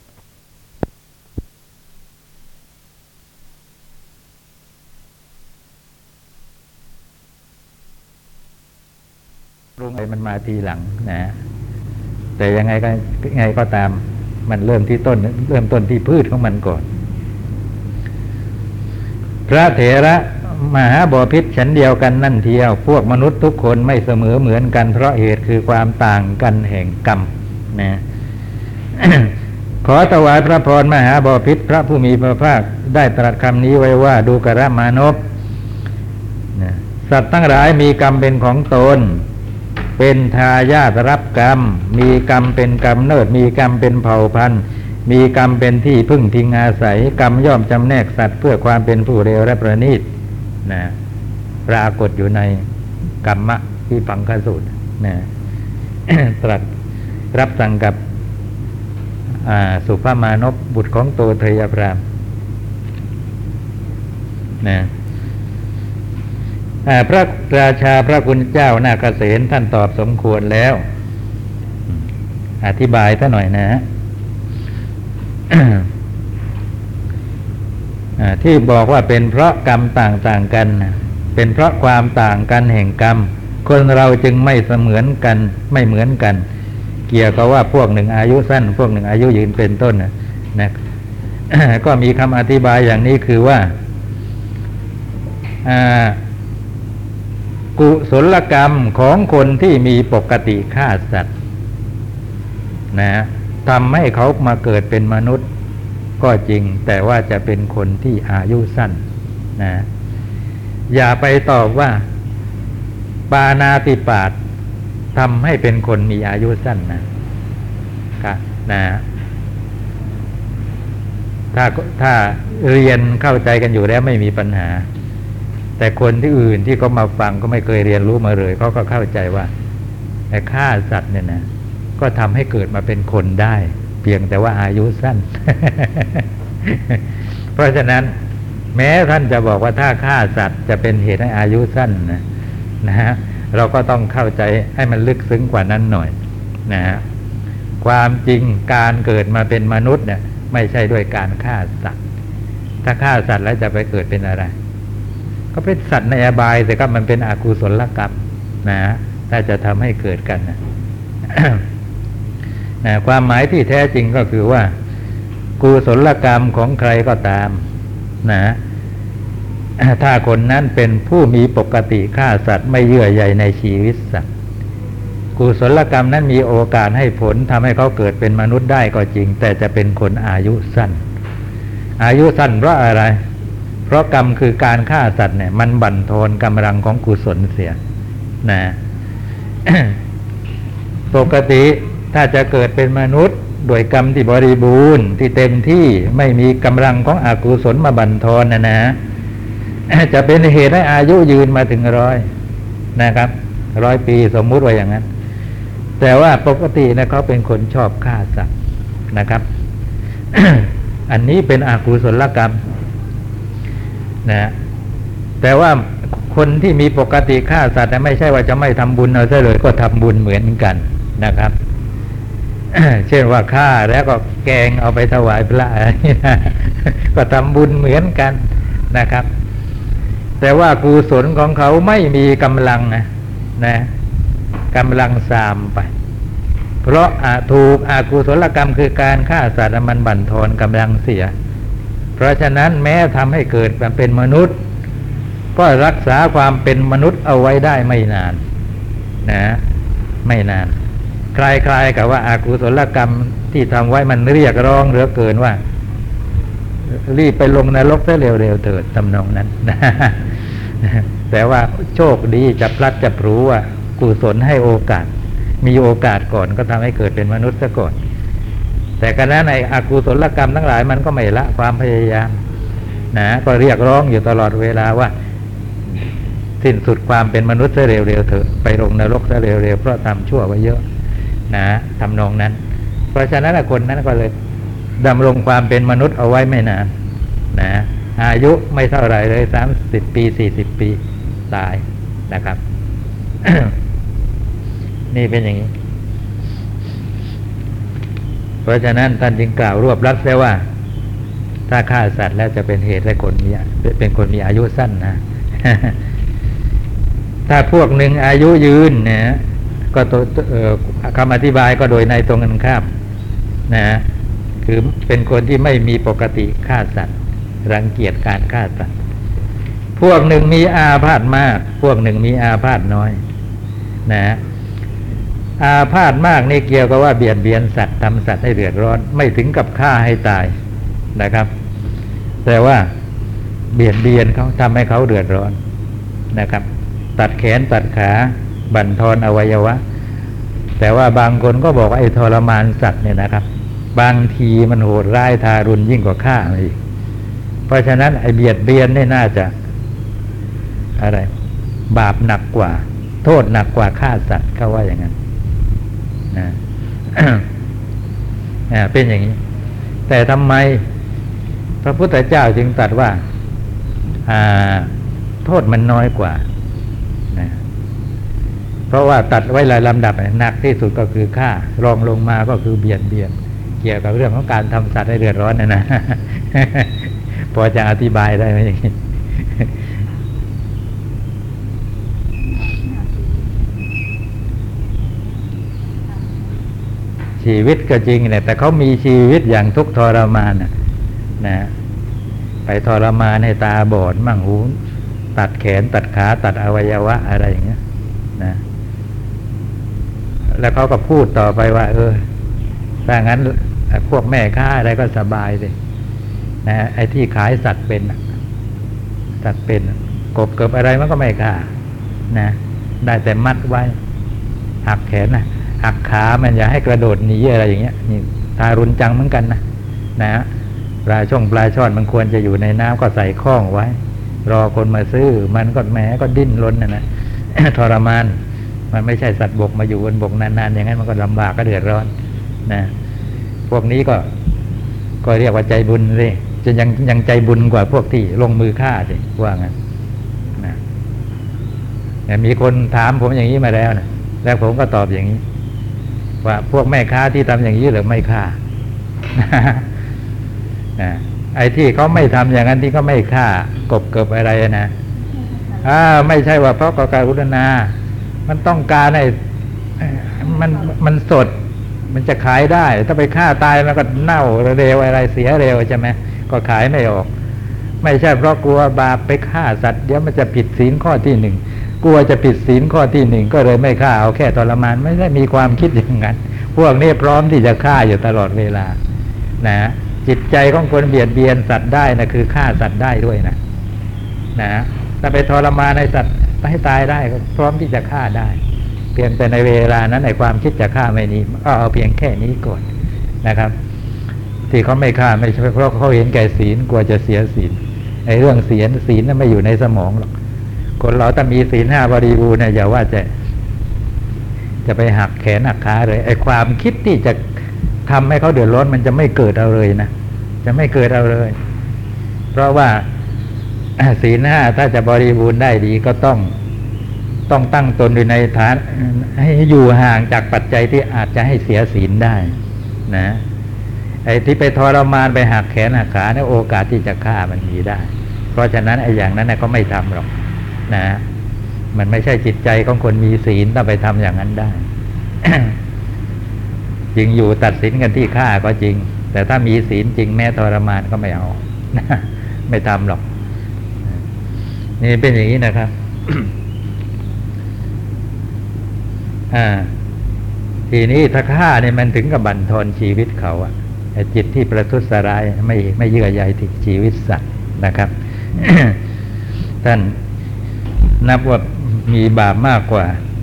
ปรุงอะไรมันมาทีหลังนะแต่ยังไงก็ตามมันเริ่มต้นที่พืชของมันก่อนพระเถระมหาบพิตรฉันเดียวกันนั่นเทียวพวกมนุษย์ทุกคนไม่เสมอเหมือนกันเพราะเหตุคือความต่างกันแห่งกรรมนะ ขอถวายพระพรมหาบพิตรพระผู้มีพระภาคได้ตรัสคำนี้ไว้ว่าดูกระมานพนะสัตว์ทั้งหลายมีกรรมเป็นของตนเป็นทายาทรับกรรมมีกรรมเป็นกำเนิดมีกรรมเป็นเผ่าพันธุ์มีกรรมเป็นที่พึ่งพิงอาศัยกรรมย่อมจำแนกสัตว์เพื่อความเป็นผู้เลวและประณีตนะปรากฏอยู่ในกัมมะวิภังคสูตรนะ ตรัสรับสั่งกับสุภมานพบุตรของโตเทยพรามนะพระราชาพระคุณเจ้านาคเสนท่านตอบสมควรแล้วอธิบายท่านหน่อยนะ ที่บอกว่าเป็นเพราะกรรมต่างๆกันเป็นเพราะความต่างกันแห่งกรรมคนเราจึงไม่เสมือนกันไม่เหมือนกันเกี่ยวกับว่าพวกหนึ่งอายุสั้นพวกหนึ่งอายุยืนเป็นต้นนะ ก็มีคำอธิบายอย่างนี้คือว่ากุศลกรรมของคนที่มีปกติฆ่าสัตว์นะทำให้เขามาเกิดเป็นมนุษย์ก็จริงแต่ว่าจะเป็นคนที่อายุสั้นนะอย่าไปตอบว่าปาณาติปาตทำให้เป็นคนมีอายุสั้นนะถ้าเรียนเข้าใจกันอยู่แล้วไม่มีปัญหาแต่คนที่อื่นที่เขามาฟังก็ไม่เคยเรียนรู้มาเลยเขาก็เข้าใจว่าไอ้ฆ่าสัตว์เนี่ยนะก็ทำให้เกิดมาเป็นคนได้เพียงแต่ว่าอายุสั้น เพราะฉะนั้นแม้ท่านจะบอกว่าถ้าฆ่าสัตว์จะเป็นเหตุให้อายุสั้นนะฮะเราก็ต้องเข้าใจให้มันลึกซึ้งกว่านั้นหน่อยนะฮะความจริงการเกิดมาเป็นมนุษย์เนี่ยไม่ใช่ด้วยการฆ่าสัตว์ถ้าฆ่าสัตว์แล้วจะไปเกิดเป็นอะไรก็เป็นสัตว์ในอบายแต่ก็มันเป็นอกุศลกรรมนะถ้าจะทำให้เกิดกันนะ ความหมายที่แท้จริงก็คือว่ากุศลกรรมของใครก็ตามนะถ้าคนนั้นเป็นผู้มีปกติฆ่าสัตว์ไม่เยื่อใยในชีวิตสัตว์กุศลกรรมนั้นมีโอกาสให้ผลทำให้เขาเกิดเป็นมนุษย์ได้ก็จริงแต่จะเป็นคนอายุสั้นอายุสั้นเพราะอะไรเพราะกรรมคือการฆ่าสัตว์เนี่ยมันบั่นทอนกำลังของกุศลเสียนะ ปกติถ้าจะเกิดเป็นมนุษย์โดยกรรมที่บริบูรณ์ที่เต็มที่ไม่มีกำลังของอกุศลมาบั่นทอนนะ จะเป็นเหตุให้อายุยืนมาถึง100นะครับ100 ปีสมมุติว่าอย่างนั้นแต่ว่าปกตินะเขาเป็นคนชอบฆ่าสัตว์นะครับ อันนี้เป็นอกุศลกรรมนะแต่ว่าคนที่มีปกติฆ่าสัตว์ไม่ใช่ว่าจะไม่ทำบุญเอาซะเลยก็ทำบุญเหมือนกันนะครับ เช่นว่าฆ่าแล้วก็แกงเอาไปถวายพระ ก็ทำบุญเหมือนกันนะครับแต่ว่ากุศลของเขาไม่มีกำลังนะกำลังสามไปเพราะถูกอกุศลกรรมคือการฆ่าสัตว์มันบั่นทอนกำลังเสียเพราะฉะนั้นแม้ทำให้เกิดมาเป็นมนุษย์ก็รักษาความเป็นมนุษย์เอาไว้ได้ไม่นานนะไม่นานคล้ายๆกับว่าอากุศลกรรมที่ทำไว้มันเรียกร้องเหลือเกินว่ารีบไปลงนรกซะเร็วๆเถิดทำนองนั้น พแต่ว่าโชคดีจะพลัดจะพลูว่ากุศลให้โอกาสมีโอกาสก่อนก็ทำให้เกิดเป็นมนุษย์ซะก่อนแต่ขณะในอกุศลกรรมทั้งหลายมันก็ไม่ละความพยายามนะก็เรียกร้องอยู่ตลอดเวลาว่าสิ้นสุดความเป็นมนุษย์ซะเร็วๆเถอะไปลงนรกซะเร็วๆเพราะทำชั่วไว้เยอะนะทำนองนั้นเพราะฉะนั้นคนนั้นก็เลยดำรงความเป็นมนุษย์เอาไว้ไม่นานนะอายุไม่เท่าไรเลย30 ปี40 ปีตายนะครับ นี่เป็นอย่างนี้เพราะฉะนั้นท่านจึงกล่าวรวบรัดได้ว่าถ้าฆ่าสัตว์แล้วจะเป็นเหตุให้คนเป็นคนมีอายุสั้นนะ ถ้าพวกหนึ่งอายุยืนเนี่ยก็ตัวคำอธิบายก็โดยในตรงกันข้ามนะคือเป็นคนที่ไม่มีปกติฆ่าสัตว์รังเกียจการฆ่าสัตว์พวกหนึ่งมีอาพาธมากพวกหนึ่งมีอาพาธน้อยนะอาพาธมากนี่เกี่ยวกับว่าเบียดเบียนสัตว์ทำสัตว์ให้เดือดร้อนไม่ถึงกับฆ่าให้ตายนะครับแต่ว่าเบียดเบียนเขาทำให้เขาเดือดร้อนนะครับตัดแขนตัดขาบั่นทอนอวัยวะแต่ว่าบางคนก็บอกว่าไอ้ทรมานสัตว์เนี่ยนะครับบางทีมันโหดร้ายทารุณยิ่งกว่าฆ่าอีกเพราะฉะนั้นไอ้เบียดเบียนนี่น่าจะอะไรบาปหนักกว่าโทษหนักกว่าฆ่าสัตว์เขาว่าอย่างนั้นนะ เป็นอย่างนี้แต่ทำไมพระพุทธเจ้าจึงตรัสว่าโทษมันน้อยกว่านะเพราะว่าตัดไว้หลายลำดับหนักที่สุดก็คือฆ่ารองลงมาก็คือเบียดเบียนเกี่ยวกับเรื่องของการทำสัตว์ให้เดือดร้อนนะ พอจะอธิบายได้ไหมอย่างนี้ ชีวิตก็จริงเนี่ยแต่เขามีชีวิตอย่างทุกข์ทรมานนะไปทรมานให้ตาบอดมั่งหูตัดแขนตัดขาตัดอวัยวะอะไรอย่างเงี้ยนะแล้วเขาก็พูดต่อไปว่าถ้างั้นพวกแม่ค้าอะไรก็สบายเลยนะไอ้ที่ขายสัตว์เป็นสัตว์เป็นกบเกิบอะไรมันก็ไม่ฆ่านะได้แต่มัดไว้หักแขนนะหักขามันอย่าให้กระโดดหนีอะไรอย่างเงี้ยนี่ทารุณจังเหมือนกันนะปลาช่อนมันควรจะอยู่ในน้ำก็ใส่ข้องไว้รอคนมาซื้อมันก็แหมก็ดิ้นรนนะ ทรมานมันไม่ใช่สัตว์บกมาอยู่บนบกนานๆอย่างนั้นมันก็ลำบากก็เดือดร้อนนะพวกนี้ก็เรียกว่าใจบุญสิจะยังใจบุญกว่าพวกที่ลงมือฆ่าสิว่างั้นนะมีคนถามผมอย่างนี้มาแล้วนะแล้วผมก็ตอบอย่างนี้ว่าพวกแม่ค้าที่ทำอย่างนี้หรือไม่ฆ่า ไอ้ที่เขาไม่ทำอย่างนั้นที่เขาไม่ฆ่ากบเกิบอะไรนะไม่ใช่ว่าเพราะการอุทนามันต้องการให้มันสดมันจะขายได้ถ้าไปฆ่าตายมันก็เน่าเร็วอะไรเสียเร็วใช่ไหมก็ขายไม่ออกไม่ใช่เพราะกลัวบาปไปฆ่าสัตว์เดี๋ยวมันจะผิดศีลข้อที่หนึ่งกลัวจะผิดศีลข้อที่หนึ่งก็เลยไม่ฆ่าเอาแค่ทรมานไม่ได้มีความคิดอย่างนั้นพวกนี้พร้อมที่จะฆ่าอยู่ตลอดเวลานะจิตใจของคนเบียดเบียนสัตว์ได้นะคือฆ่าสัตว์ได้ด้วยนะถ้าไปทรมานในสัตว์ให้ตายได้ก็พร้อมที่จะฆ่าได้เพียงแต่ในเวลานั้นในความคิดจะฆ่าไม่นี้เอาเพียงแค่นี้ก่อนนะครับที่เขาไม่ฆ่าไม่ใช่เพราะเขาเห็นแก่ศีลกลัวจะเสียศีลไอ้เรื่องศีลนั้นไม่อยู่ในสมองหรอกคนเราถ้ามีศีล 5บริบูรณ์เนี่ยอย่าว่าจะไปหักแขนหักขาเลยไอ้ความคิดที่จะทำให้เขาเดือดร้อนมันจะไม่เกิดเอาเลยนะจะไม่เกิดเอาเลยเพราะว่าศีล 5ถ้าจะบริบูรณ์ได้ดีก็ต้องตั้งตนอยู่ในฐานให้อยู่ห่างจากปัจจัยที่อาจจะให้เสียศีลได้นะไอ้ที่ไปทรมานไปหักแขนหักขาเนี่ยโอกาสที่จะฆ่ามันมีได้เพราะฉะนั้นไอ้อย่างนั้นก็ไม่ทำหรอกนะมันไม่ใช่จิตใจของคนมีศีลถ้าไปทำอย่างนั้นได้ จริงอยู่ตัดสินกันที่ฆ่าก็จริงแต่ถ้ามีศีลจริงแม้ทรมานก็ไม่เอา ไม่ทำหรอกนี่เป็นอย่างนี้นะครับ ทีนี้ถ้าฆ่าเนี่ยมันถึงกับบั่นทอนชีวิตเขาจิตที่ประทุษร้ายไม่เยื่อใยถึงชีวิตสัตว์นะครับ ท่านนับว่ามีบาปมากกว่า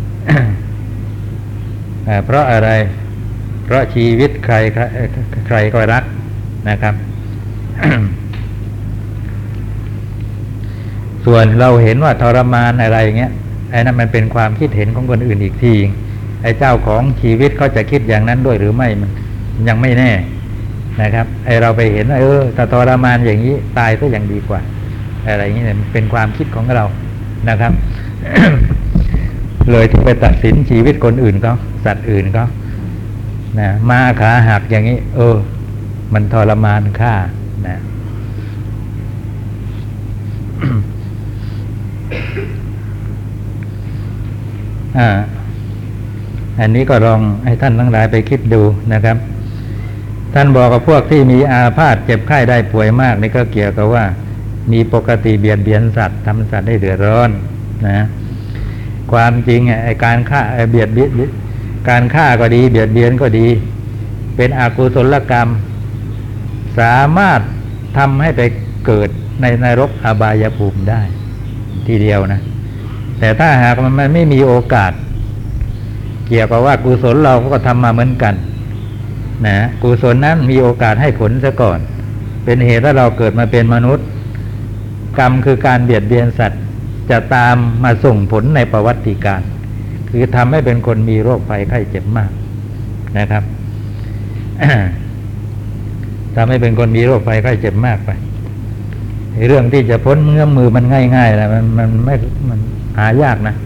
เพราะอะไรเพราะชีวิตใครก็รักนะครับ ส่วนเราเห็นว่าทรมานอะไรเงี้ยไอ้นั่นมันเป็นความคิดเห็นของคนอื่นอีกทีไอ้เจ้าของชีวิตเขาจะคิดอย่างนั้นด้วยหรือไม่มันยังไม่แน่นะครับไอ้เราไปเห็นว่าถ้าทรมานอย่างนี้ตายก็ยังดีกว่าอะไรอย่างนี้เนี่ยเป็นความคิดของเรานะครับ เลยที่ไปตัดสินชีวิตคนอื่นเขาสัตว์อื่นเขานะม้าขาหักอย่างนี้มันทรมานฆ่านะอันนี้ก็ลองให้ท่านทั้งหลายไปคิดดูนะครับท่านบอกกับพวกที่มีอาพาธเจ็บไข้ได้ป่วยมากนี่ก็เกี่ยวกับว่ามีปกติเบียดเบียนสัตว์ทำสัตว์ให้เดือดร้อนนะความจริงไอ้การฆ่าเบียดเบียนการฆ่าก็ดีเบียดเบียนก็ดีเป็นอกุศลกรรมสามารถทำให้ไปเกิดในนรกอบายภูมิได้ทีเดียวนะแต่ถ้าหากมันไม่มีโอกาสเกี่ยวกับว่ากุศลเราก็ทำมาเหมือนกันนะกุศลนั้นมีโอกาสให้ผลซะก่อนเป็นเหตุให้เราเกิดมาเป็นมนุษย์กรรมคือการเบียดเบียนสัตว์จะตามมาส่งผลในประวัติการคือทำให้เป็นคนมีโรคภัยไข้เจ็บมากนะครับ ทำให้เป็นคนมีโรคภัยไข้เจ็บมากไปเรื่องที่จะพ้นเงื้อมมือมันง่ายๆนะมันไม่มันหายากนะ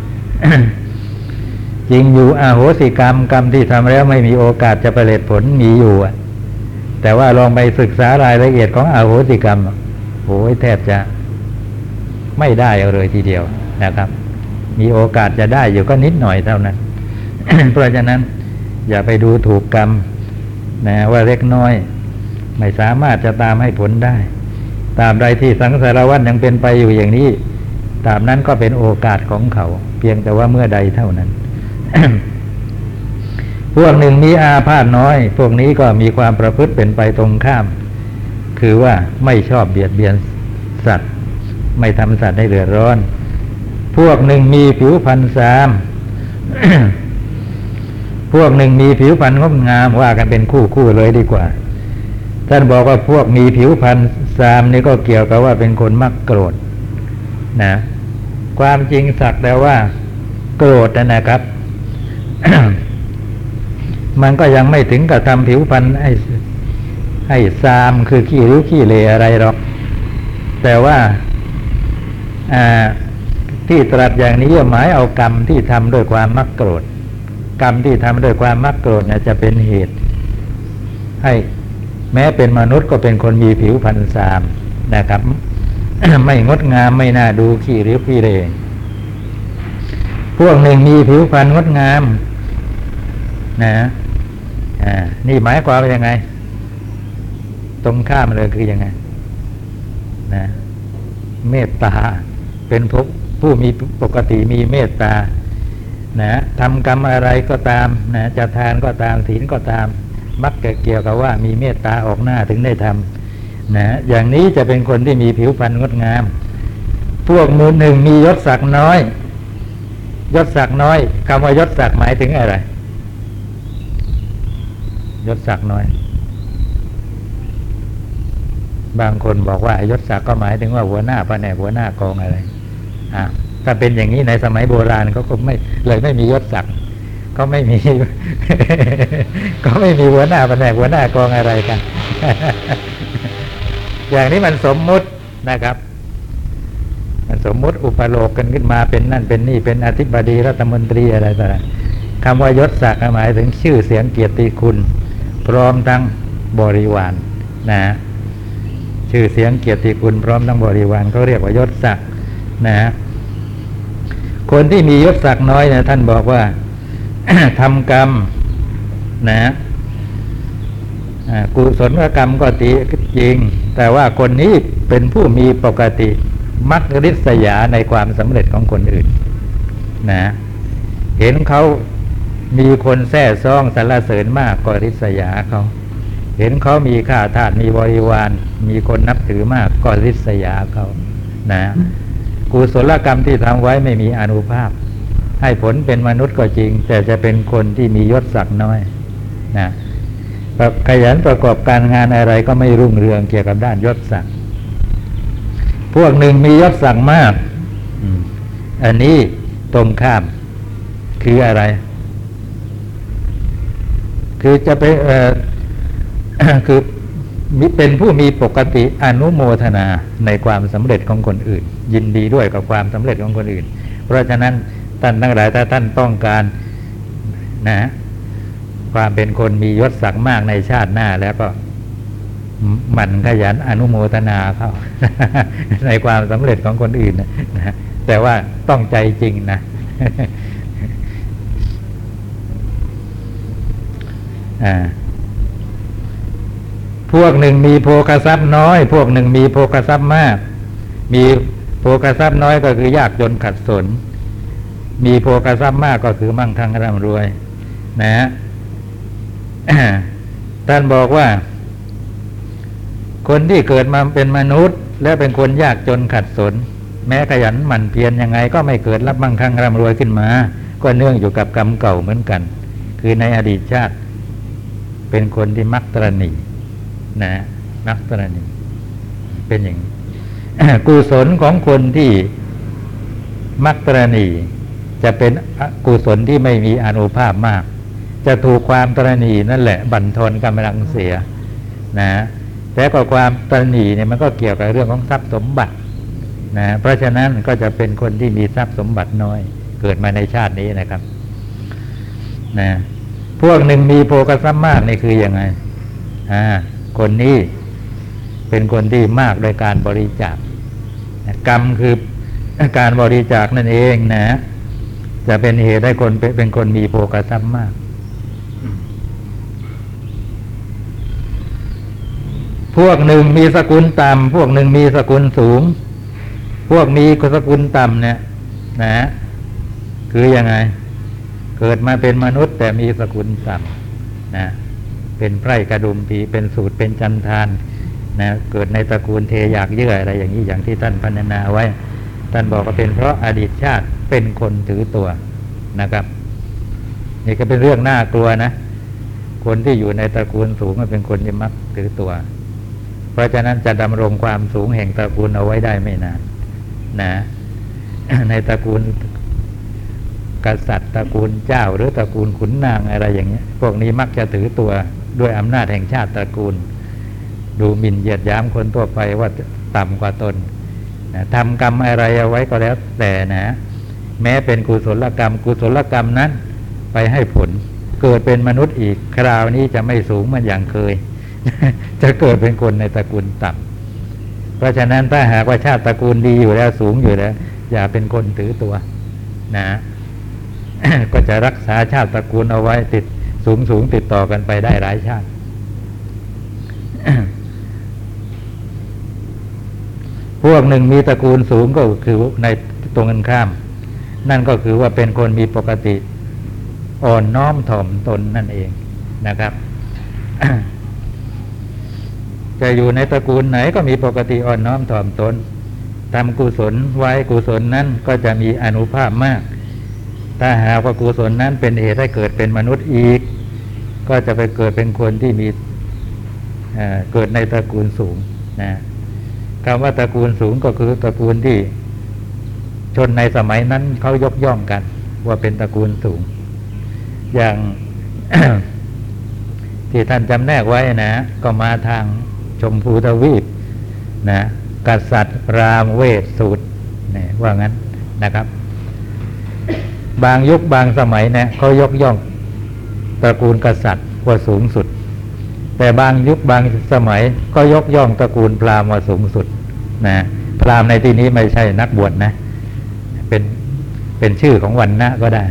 จริงอยู่อโหสิกรรมที่ทำแล้วไม่มีโอกาสจะประเสริฐผลมีอยู่แต่ว่าลองไปศึกษารายละเอียดของอโหสิกรรมโอ้ยแทบจะไม่ได้เอาเลยทีเดียวนะครับมีโอกาสจะได้อยู่ก็นิดหน่อยเท่านั้น เพราะฉะนั้นอย่าไปดูถูกกรรมนะว่าเล็กน้อยไม่สามารถจะตามให้ผลได้ตราบใดที่สังสารวัฏยังเป็นไปอยู่อย่างนี้ตราบนั้นก็เป็นโอกาสของเขาเพียงแต่ว่าเมื่อใดเท่านั้น พวกหนึ่งมีอาพาธน้อยพวกนี้ก็มีความประพฤติเป็นไปตรงข้ามคือว่าไม่ชอบเบียดเบียนสัตว์ไม่ทำสัตว์ให้เดือดร้อนพวกหนึ่งมีผิวพรรณสาม พวกหนึ่งมีผิวพรรณงดงามว่ากันเป็นคู่เลยดีกว่าท่านบอกว่าพวกมีผิวพรรณสามนี่ก็เกี่ยวกับว่าเป็นคนมักโกรธนะความจริงสักแต่ว่าโกรธนะครับ มันก็ยังไม่ถึงกับทำผิวพรรณให้ซามคือขี้ริ้วขี้เลอะไรหรอกแต่ว่าที่ตรัสอย่างนี้หมายเอากรรมที่ทำด้วยความมักโกรธกรรมที่ทำด้วยความมักโกรธเนี่ยจะเป็นเหตุให้แม้เป็นมนุษย์ก็เป็นคนมีผิวพรรณสามนะครับ ไม่งดงามไม่น่าดูขี้ริ้วขี้เลพวกหนึ่งมีผิวพรรณงดงามนะนี่หมายความว่ายังไงตรงข้ามเลยคือยังไงนะเมตตาเป็นผู้มีปกติมีเมตตานะทำกรรมอะไรก็ตามนะจะทานก็ตามศีลก็ตามมักเกี่ยวกับว่ามีเมตตาออกหน้าถึงได้ทำนะอย่างนี้จะเป็นคนที่มีผิวพรรณงดงามพวกมือหนึ่งมียศศักดิ์น้อยยศศักดิ์น้อยคำว่ายศศักดิ์หมายถึงอะไรยศศักดิ์น้อยบางคนบอกว่ายศศักดิ์ก็หมายถึงว่าหัวหน้าแผนกหัวหน้ากองอะไรถ้าเป็นอย่างนี้ในสมัยโบราณเขาก็ไม่มียศศักดิ์ก็ไม่มี ก็ไม่มีหัวหน้าแผนกหัวหน้ากองอะไรกัน อย่างนี้มันสมมุตินะครับมันสมมุติอุปโลกกันขึ้นมาเป็นนั่นเป็นนี่เป็นอธิบดีรัฐมนตรีอะไรต่างๆคำว่ายศศักดิ์หมายถึงชื่อเสียงเกียรติคุณพร้อมทั้งบริวารนะชื่อเสียงเกียรติคุณพร้อมทั้งบริวารเขาเรียกว่ายศศักดิ์นะคนที่มียศศักดิ์น้อยเนี่ยท่านบอกว่า ทำกรรมนะกุศลกรรมก็จริงแต่ว่าคนนี้เป็นผู้มีปกติมักริษยาในความสำเร็จของคนอื่นนะเห็นเขามีคนแซ่ซ่องสรรเสริญมากก็ริษยาเขาเห็นเขามีข้าทาสมีบริวารมีคนนับถือมากก็ริษยาเขานะกุศลกรรมที่ทำไว้ไม่มีอานุภาพให้ผลเป็นมนุษย์ก็จริงแต่จะเป็นคนที่มียศศักดิ์น้อยนะขยันประกอบการงานอะไรก็ไม่รุ่งเรืองเกี่ยวกับด้านยศศักดิ์พวกหนึ่งมียศศักดิ์มากอันนี้ตรงข้ามคืออะไรคือจะไปคือเป็นผู้มีปกติอนุโมทนาในความสำเร็จของคนอื่นยินดีด้วยกับความสำเร็จของคนอื่นเพราะฉะนั้นท่านทั้งหลายถ้าท่านต้องการนะความเป็นคนมียศศักดิ์มากในชาติหน้าแล้วก็หมั่นขยันอนุโมทนาเขาในความสำเร็จของคนอื่นนะแต่ว่าต้องใจจริงนะพวกหนึ่งมีโภคทรัพย์น้อยพวกหนึ่งมีโภคทรัพย์มากมีโภคทรัพย์น้อยก็คือยากจนขัดสนมีโภคทรัพย์มากก็คือมั่งคั่งร่ำรวยนะฮะ ท่านบอกว่าคนที่เกิดมาเป็นมนุษย์และเป็นคนยากจนขัดสนแม้ขยันหมั่นเพียรยังไงก็ไม่เกิดรับมั่งคั่งร่ำรวยขึ้นมาก็เนื่องอยู่กับกรรมเก่าเหมือนกันคือในอดีตชาติเป็นคนที่มักตรณีนะมักตรณีเป็นอย่าง กุศลของคนที่มักตรณีจะเป็นกุศลที่ไม่มีอานุภาพมากจะถูกความตรณีนั่นแหละบั่นทอนกำลังเสียนะแต่ก็ความตรณีเนี่ยมันก็เกี่ยวกับเรื่องของทรัพย์สมบัตินะเพราะฉะนั้นก็จะเป็นคนที่มีทรัพย์สมบัติน้อยเกิดมาในชาตินี้นะครับนะพวกหนึ่งมีโภคทรัพย์มากนี่คือยังไงคนนี้เป็นคนที่มากโดยการบริจาคกรรมคือการบริจาคนั่นเองนะจะเป็นเหตุให้คนเป็นคนมีโภคทรัพย์มากพวกหนึ่งมีสกุลต่ำพวกหนึ่งมีสกุลสูงพวกมีสกุลต่ำเนี่ยนะคือยังไงเกิดมาเป็นมนุษย์แต่มีสกุลต่ำนะเป็นไพร่กระดุมปีเป็นสูตรเป็นจันทานนะเกิดในตระกูลเทอยากเยื่ออะไรอย่างนี้อย่างที่ท่านพรรณนาไว้ท่านบอกว่าเป็นเพราะอดีตชาติเป็นคนถือตัวนะครับนี่ก็เป็นเรื่องน่ากลัวนะคนที่อยู่ในตระกูลสูงเป็นคนที่มักถือตัวเพราะฉะนั้นจะดำรงความสูงแห่งตระกูลเอาไว้ได้ไม่นานนะ ในตระกูลกษัตริย์ตระกูลเจ้าหรือตระกูลขุนนางอะไรอย่างเงี้ยพวกนี้มักจะถือตัวด้วยอำนาจแห่งชาติตระกูลดูหมิ่นเหยียดหยามคนทั่วไปว่าต่ำกว่าตนนะทำกรรมอะไรเอาไว้ก็แล้วแต่นะแม้เป็นกุศลกรรมกุศลกรรมนั้นไปให้ผลเกิดเป็นมนุษย์อีกคราวนี้จะไม่สูงเหมือนอย่างเคย จะเกิดเป็นคนในตระกูลต่ำเพราะฉะนั้นถ้าหากว่าชาติตระกูลดีอยู่แล้วสูงอยู่แล้วอย่าเป็นคนถือตัวนะ ก็จะรักษาชาติตระกูลเอาไว้ติดสูงติดต่อกันไปได้หลายชาติ พวกหนึ่งมีตระกูลสูงก็คือในตรงกันข้ามนั่นก็คือว่าเป็นคนมีปกติอ่อนน้อมถ่อมตนนั่นเองนะครับ จะอยู่ในตระกูลไหนก็มีปกติอ่อนน้อมถ่อมตนทำกุศลไว้กุศลนั้นก็จะมีอานุภาพมากถ้าหากว่ากุศลนั้นเป็นเหตุให้เกิดเป็นมนุษย์อีกก็จะไปเกิดเป็นคนที่มีเกิดในตระกูลสูงนะคำว่าตระกูลสูงก็คือตระกูลที่ชนในสมัยนั้นเขายกย่องกันว่าเป็นตระกูลสูงอย่าง ที่ท่านจำแนกไว้นะก็มาทางชมพูทวีปนะกษัตริย์รามเวทสูตรเนี่ยว่างั้นนะครับ บางยุคบางสมัยเนี่ยเขายกย่องตระกูลกษัตริย์ว่าสูงสุดแต่บางยุคบางสมัยก็ยกย่องตระกูลพราหมณ์ว่าสูงสุดนะพราหมณ์ในที่นี้ไม่ใช่นักบวชนะเป็นชื่อของวรรณะก็ได้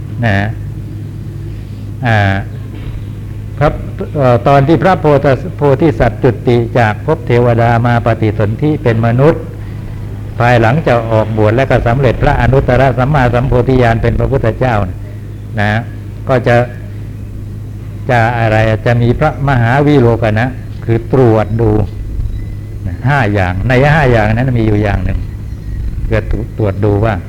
นะครับตอนที่พระโพธิสัตว์จุติจากภพเทวดามาปฏิสนธิเป็นมนุษย์ภายหลังจะออกบวชและก็สำเร็จพระอนุตตรสัมมาสัมโพธิญาณเป็นพระพุทธเจ้านะก็จะอะไรจะมีพระมหาวิโรจนะคือตรวจดู5 อย่างใน5 อย่างนั้นมีอยู่อย่างหนึ่งพื่อตรวจดูว่า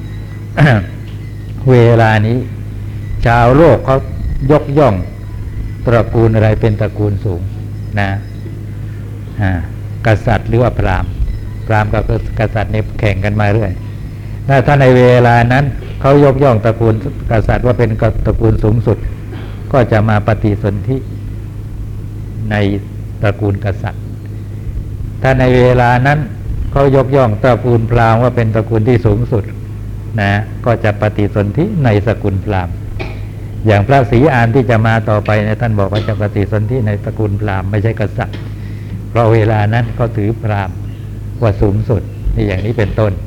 เวลานี้ชาวโลกเขายกย่องตระกูลอะไรเป็นตระกูลสูงนะกษัตริย์หรือว่าพราหมณ์กับกษัตริย์เนี่ยแข่งกันมาเรื่อยถ้าในเวลานั้นเขายกย่องตระกูลกษัตริย์ว่าเป็นตระกูลสูงสุดก็จะมาปฏิสนธิในตระกูลกษัตริย์ถ้าในเวลานั้นเขายกย่องตระกูลพราหมณ์ว่าเป็นตระกูลที่สูงสุดนะก็จะปฏิสนธิในสกุลพราหมณ์อย่างพระศรีอานที่จะมาต่อไปเนี่ยท่านบอกว่าจะปฏิสนธิในตระกูลพราหมณ์ไม่ใช่กษัตริย์เพราะเวลานั้นเขาถือพราหมณ์ว่าสูงสุดนี่อย่างนี้เป็นต้น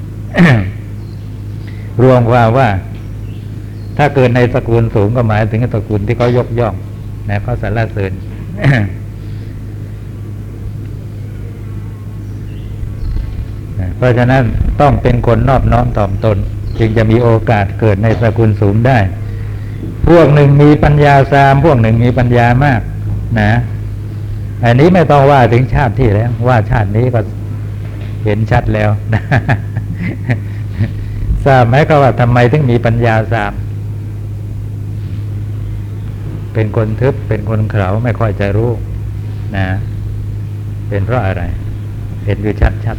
รวมความว่าถ้าเกิดในตระกูลสูงก็หมายถึงตระกูลที่เขายกย่องนะเขาสรรเสริญ เพราะฉะนั้นต้องเป็นคนนอบน้อมถ่อมตนจึงจะมีโอกาสเกิดในตระกูลสูงได้พวกหนึ่งมีปัญญาสามพวกหนึ่งมีปัญญามากนะอันนี้ไม่ต้องว่าถึงชาติที่แล้วว่าชาตินี้ก็เห็นชัดแล้วนะ ทราบไหมก็ว่าทำไมถึงมีปัญญาสามเป็นคนทึบเป็นคนเขลาไม่ค่อยจะรู้นะเป็นเพราะอะไรเห็นอยู่ชัด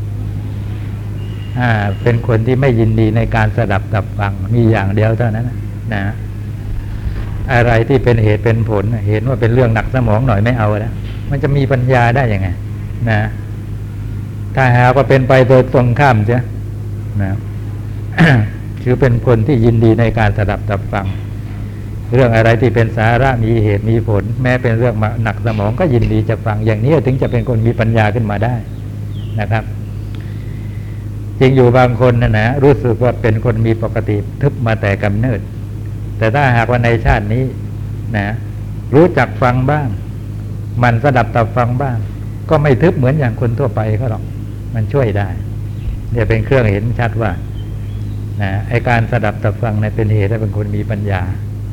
เป็นคนที่ไม่ยินดีในการสดับตับฟังมีอย่างเดียวเท่านั้นนะอะไรที่เป็นเหตุเป็นผลเห็นว่าเป็นเรื่องหนักสมองหน่อยไม่เอาแล้วมันจะมีปัญญาได้ยังไงนะถ้าหากว่าเป็นไปโดยตรงข้ามใช่นะ คือเป็นคนที่ยินดีในการสดับตับฟังเรื่องอะไรที่เป็นสาระมีเหตุมีผลแม้เป็นเรื่องหนักสมองก็ยินดีจะฟังอย่างนี้ถึงจะเป็นคนมีปัญญาขึ้นมาได้นะครับจริงอยู่บางคนนะรู้สึกว่าเป็นคนมีปกติทึบมาแต่กำเนิดแต่ถ้าหากว่าในชาตินี้นะรู้จักฟังบ้างมันสดับตับฟังบ้างก็ไม่ทึบเหมือนอย่างคนทั่วไปเขาหรอกมันช่วยได้เนี่ยเป็นเครื่องเห็นชัดว่านะไอการสดับตับฟังเนี่ยเป็นเหตุให้เป็นคนมีปัญญา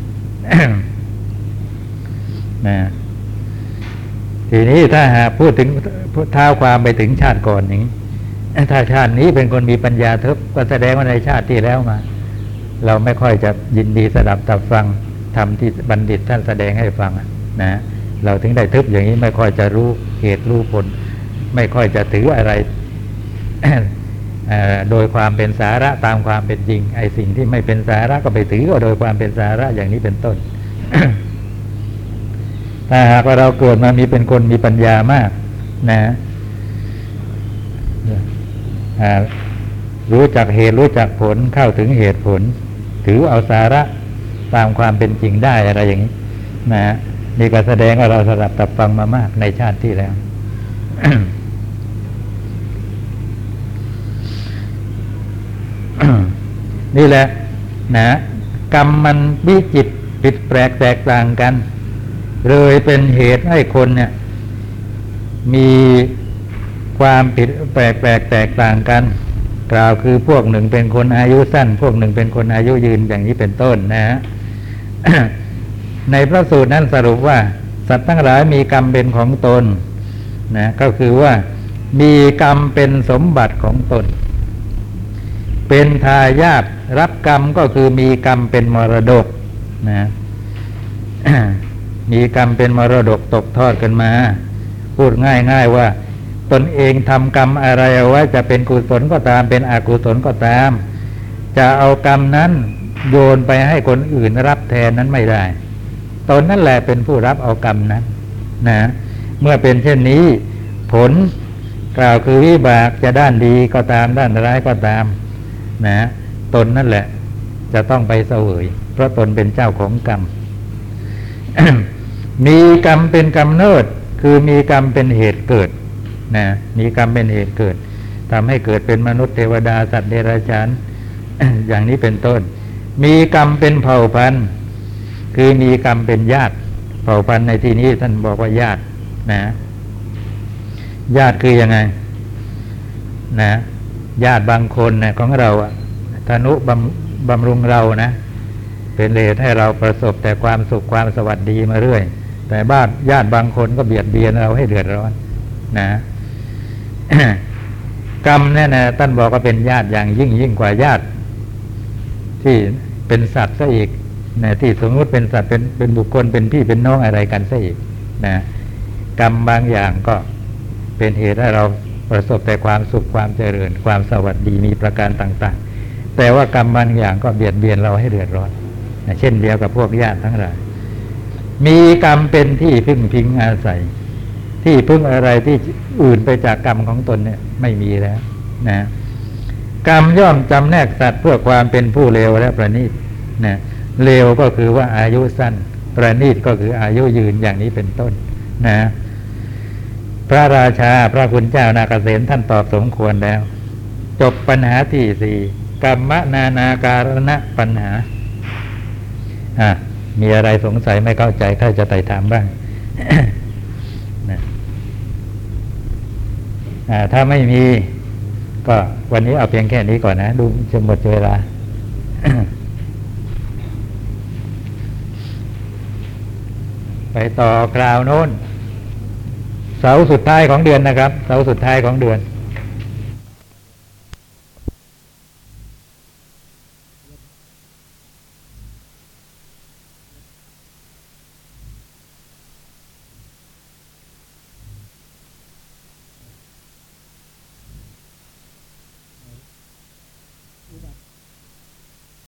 นะทีนี้ถ้าหากพูดถึงเท้าความไปถึงชาติก่อนอย่างนี้ถ้าชาตินี้เป็นคนมีปัญญาทึบก็แสดงว่าในชาติที่แล้วมาเราไม่ค่อยจะยินดีสดับตับฟังธรรมที่บัณฑิตท่านแสดงให้ฟังนะเราถึงได้ทึบอย่างนี้ไม่ค่อยจะรู้เหตุรู้ผลไม่ค่อยจะถืออะไร โดยความเป็นสาระตามความเป็นจริงไอ้สิ่งที่ไม่เป็นสาระก็ไปถือโดยความเป็นสาระอย่างนี้เป็นต้น ถ้าหากว่าเราเกิดมามีเป็นคนมีปัญญามากนะรู้จักเหตุรู้จักผลเข้าถึงเหตุผลถือเอาสาระตามความเป็นจริงได้อะไรอย่างนี้นะนี่ก็แสดงว่าเราสดับตับฟังมามากในชาติที่แล้ว นี่แหละนะกรรมมันวิจิตรผิดแปลกแตกต่างกันเลยเป็นเหตุให้คนเนี่ยมีความผิดแปลกแตกต่างกันกล่าวคือพวกหนึ่งเป็นคนอายุสั้นพวกหนึ่งเป็นคนอายุยืนอย่างนี้เป็นต้นนะฮะ ในพระสูตรนั้นสรุปว่าสัตว์ทั้งหลายมีกรรมเป็นของตนนะก็คือว่ามีกรรมเป็นสมบัติของตนเป็นทายาทรับกรรมก็คือมีกรรมเป็นมรดกนะ มีกรรมเป็นมรดกตกทอดกันมาพูดง่ายๆว่าตนเองทำกรรมอะไรเอาไว้จะเป็นกุศลก็ตามเป็นอกุศลก็ตามจะเอากรรมนั้นโยนไปให้คนอื่นรับแทนนั้นไม่ได้ตนนั่นแหละเป็นผู้รับเอากรรมนั้นนะเมื่อเป็นเช่นนี้ผลกล่าวคือวิบากจะด้านดีก็ตามด้านร้ายก็ตามนะตนนั่นแหละจะต้องไปเสวยเพราะตนเป็นเจ้าของกรรม มีกรรมเป็นกำเนิดคือมีกรรมเป็นเหตุเกิดนะมีกรรมเป็นเหตุเกิดทำให้เกิดเป็นมนุษย์เทวดาสัตว์เดรัจฉาน อย่างนี้เป็นต้นมีกรรมเป็นเผ่าพันธุ์คือมีกรรมเป็นญาติเผ่าพันธุ์ในที่นี้ท่านบอกว่าญาตินะญาติคือยังไงนะญาติบางคนนะของเราทนุบำรุงเรานะเป็นเหตุให้เราประสบแต่ความสุขความสวัสดีมาเรื่อยแต่ญาติบางคนก็เบียดเบียนเราให้เดือดร้อนนะกรรมเนี่ยนะท่านบอกว่าเป็นญาติอย่างยิ่งกว่าญาติที่เป็นสัตว์ซะอีกนะที่สมมติเป็นสัตว์เป็นบุคคลเป็นพี่เป็นน้องอะไรกันซะอีกนะกรรมบางอย่างก็เป็นเหตุให้เราประสบแต่ความสุขความเจริญความสวัสดีมีประการต่างๆแต่ว่ากรรมบางอย่างก็เบียดเบียนเราให้เดือดร้อนนะเช่นเดียวกับพวกญาติทั้งหลายมีกรรมเป็นที่พึ่งพิงอาศัยที่พึ่งอะไรที่อื่นไปจากกรรมของตนเนี่ยไม่มีแล้วนะกรรมย่อมจำแนกสัตว์เพื่อความเป็นผู้เลวและประณีตนะเลวก็คือว่าอายุสั้นประณีตก็คืออายุยืนอย่างนี้เป็นต้นนะพระราชาพระคุณเจ้านาเกษมท่านตอบสมควรแล้วจบปัญหาที่สี่กรรมนานาการณปัญหามีอะไรสงสัยไม่เข้าใจใครจะไต่ถามบ้าง นะถ้าไม่มีก็วันนี้เอาเพียงแค่นี้ก่อนนะดูจะหมดเวลา ไปต่อคราวโน้นเสาร์สุดท้ายของเดือนนะครับเสาร์สุดท้ายของเดือน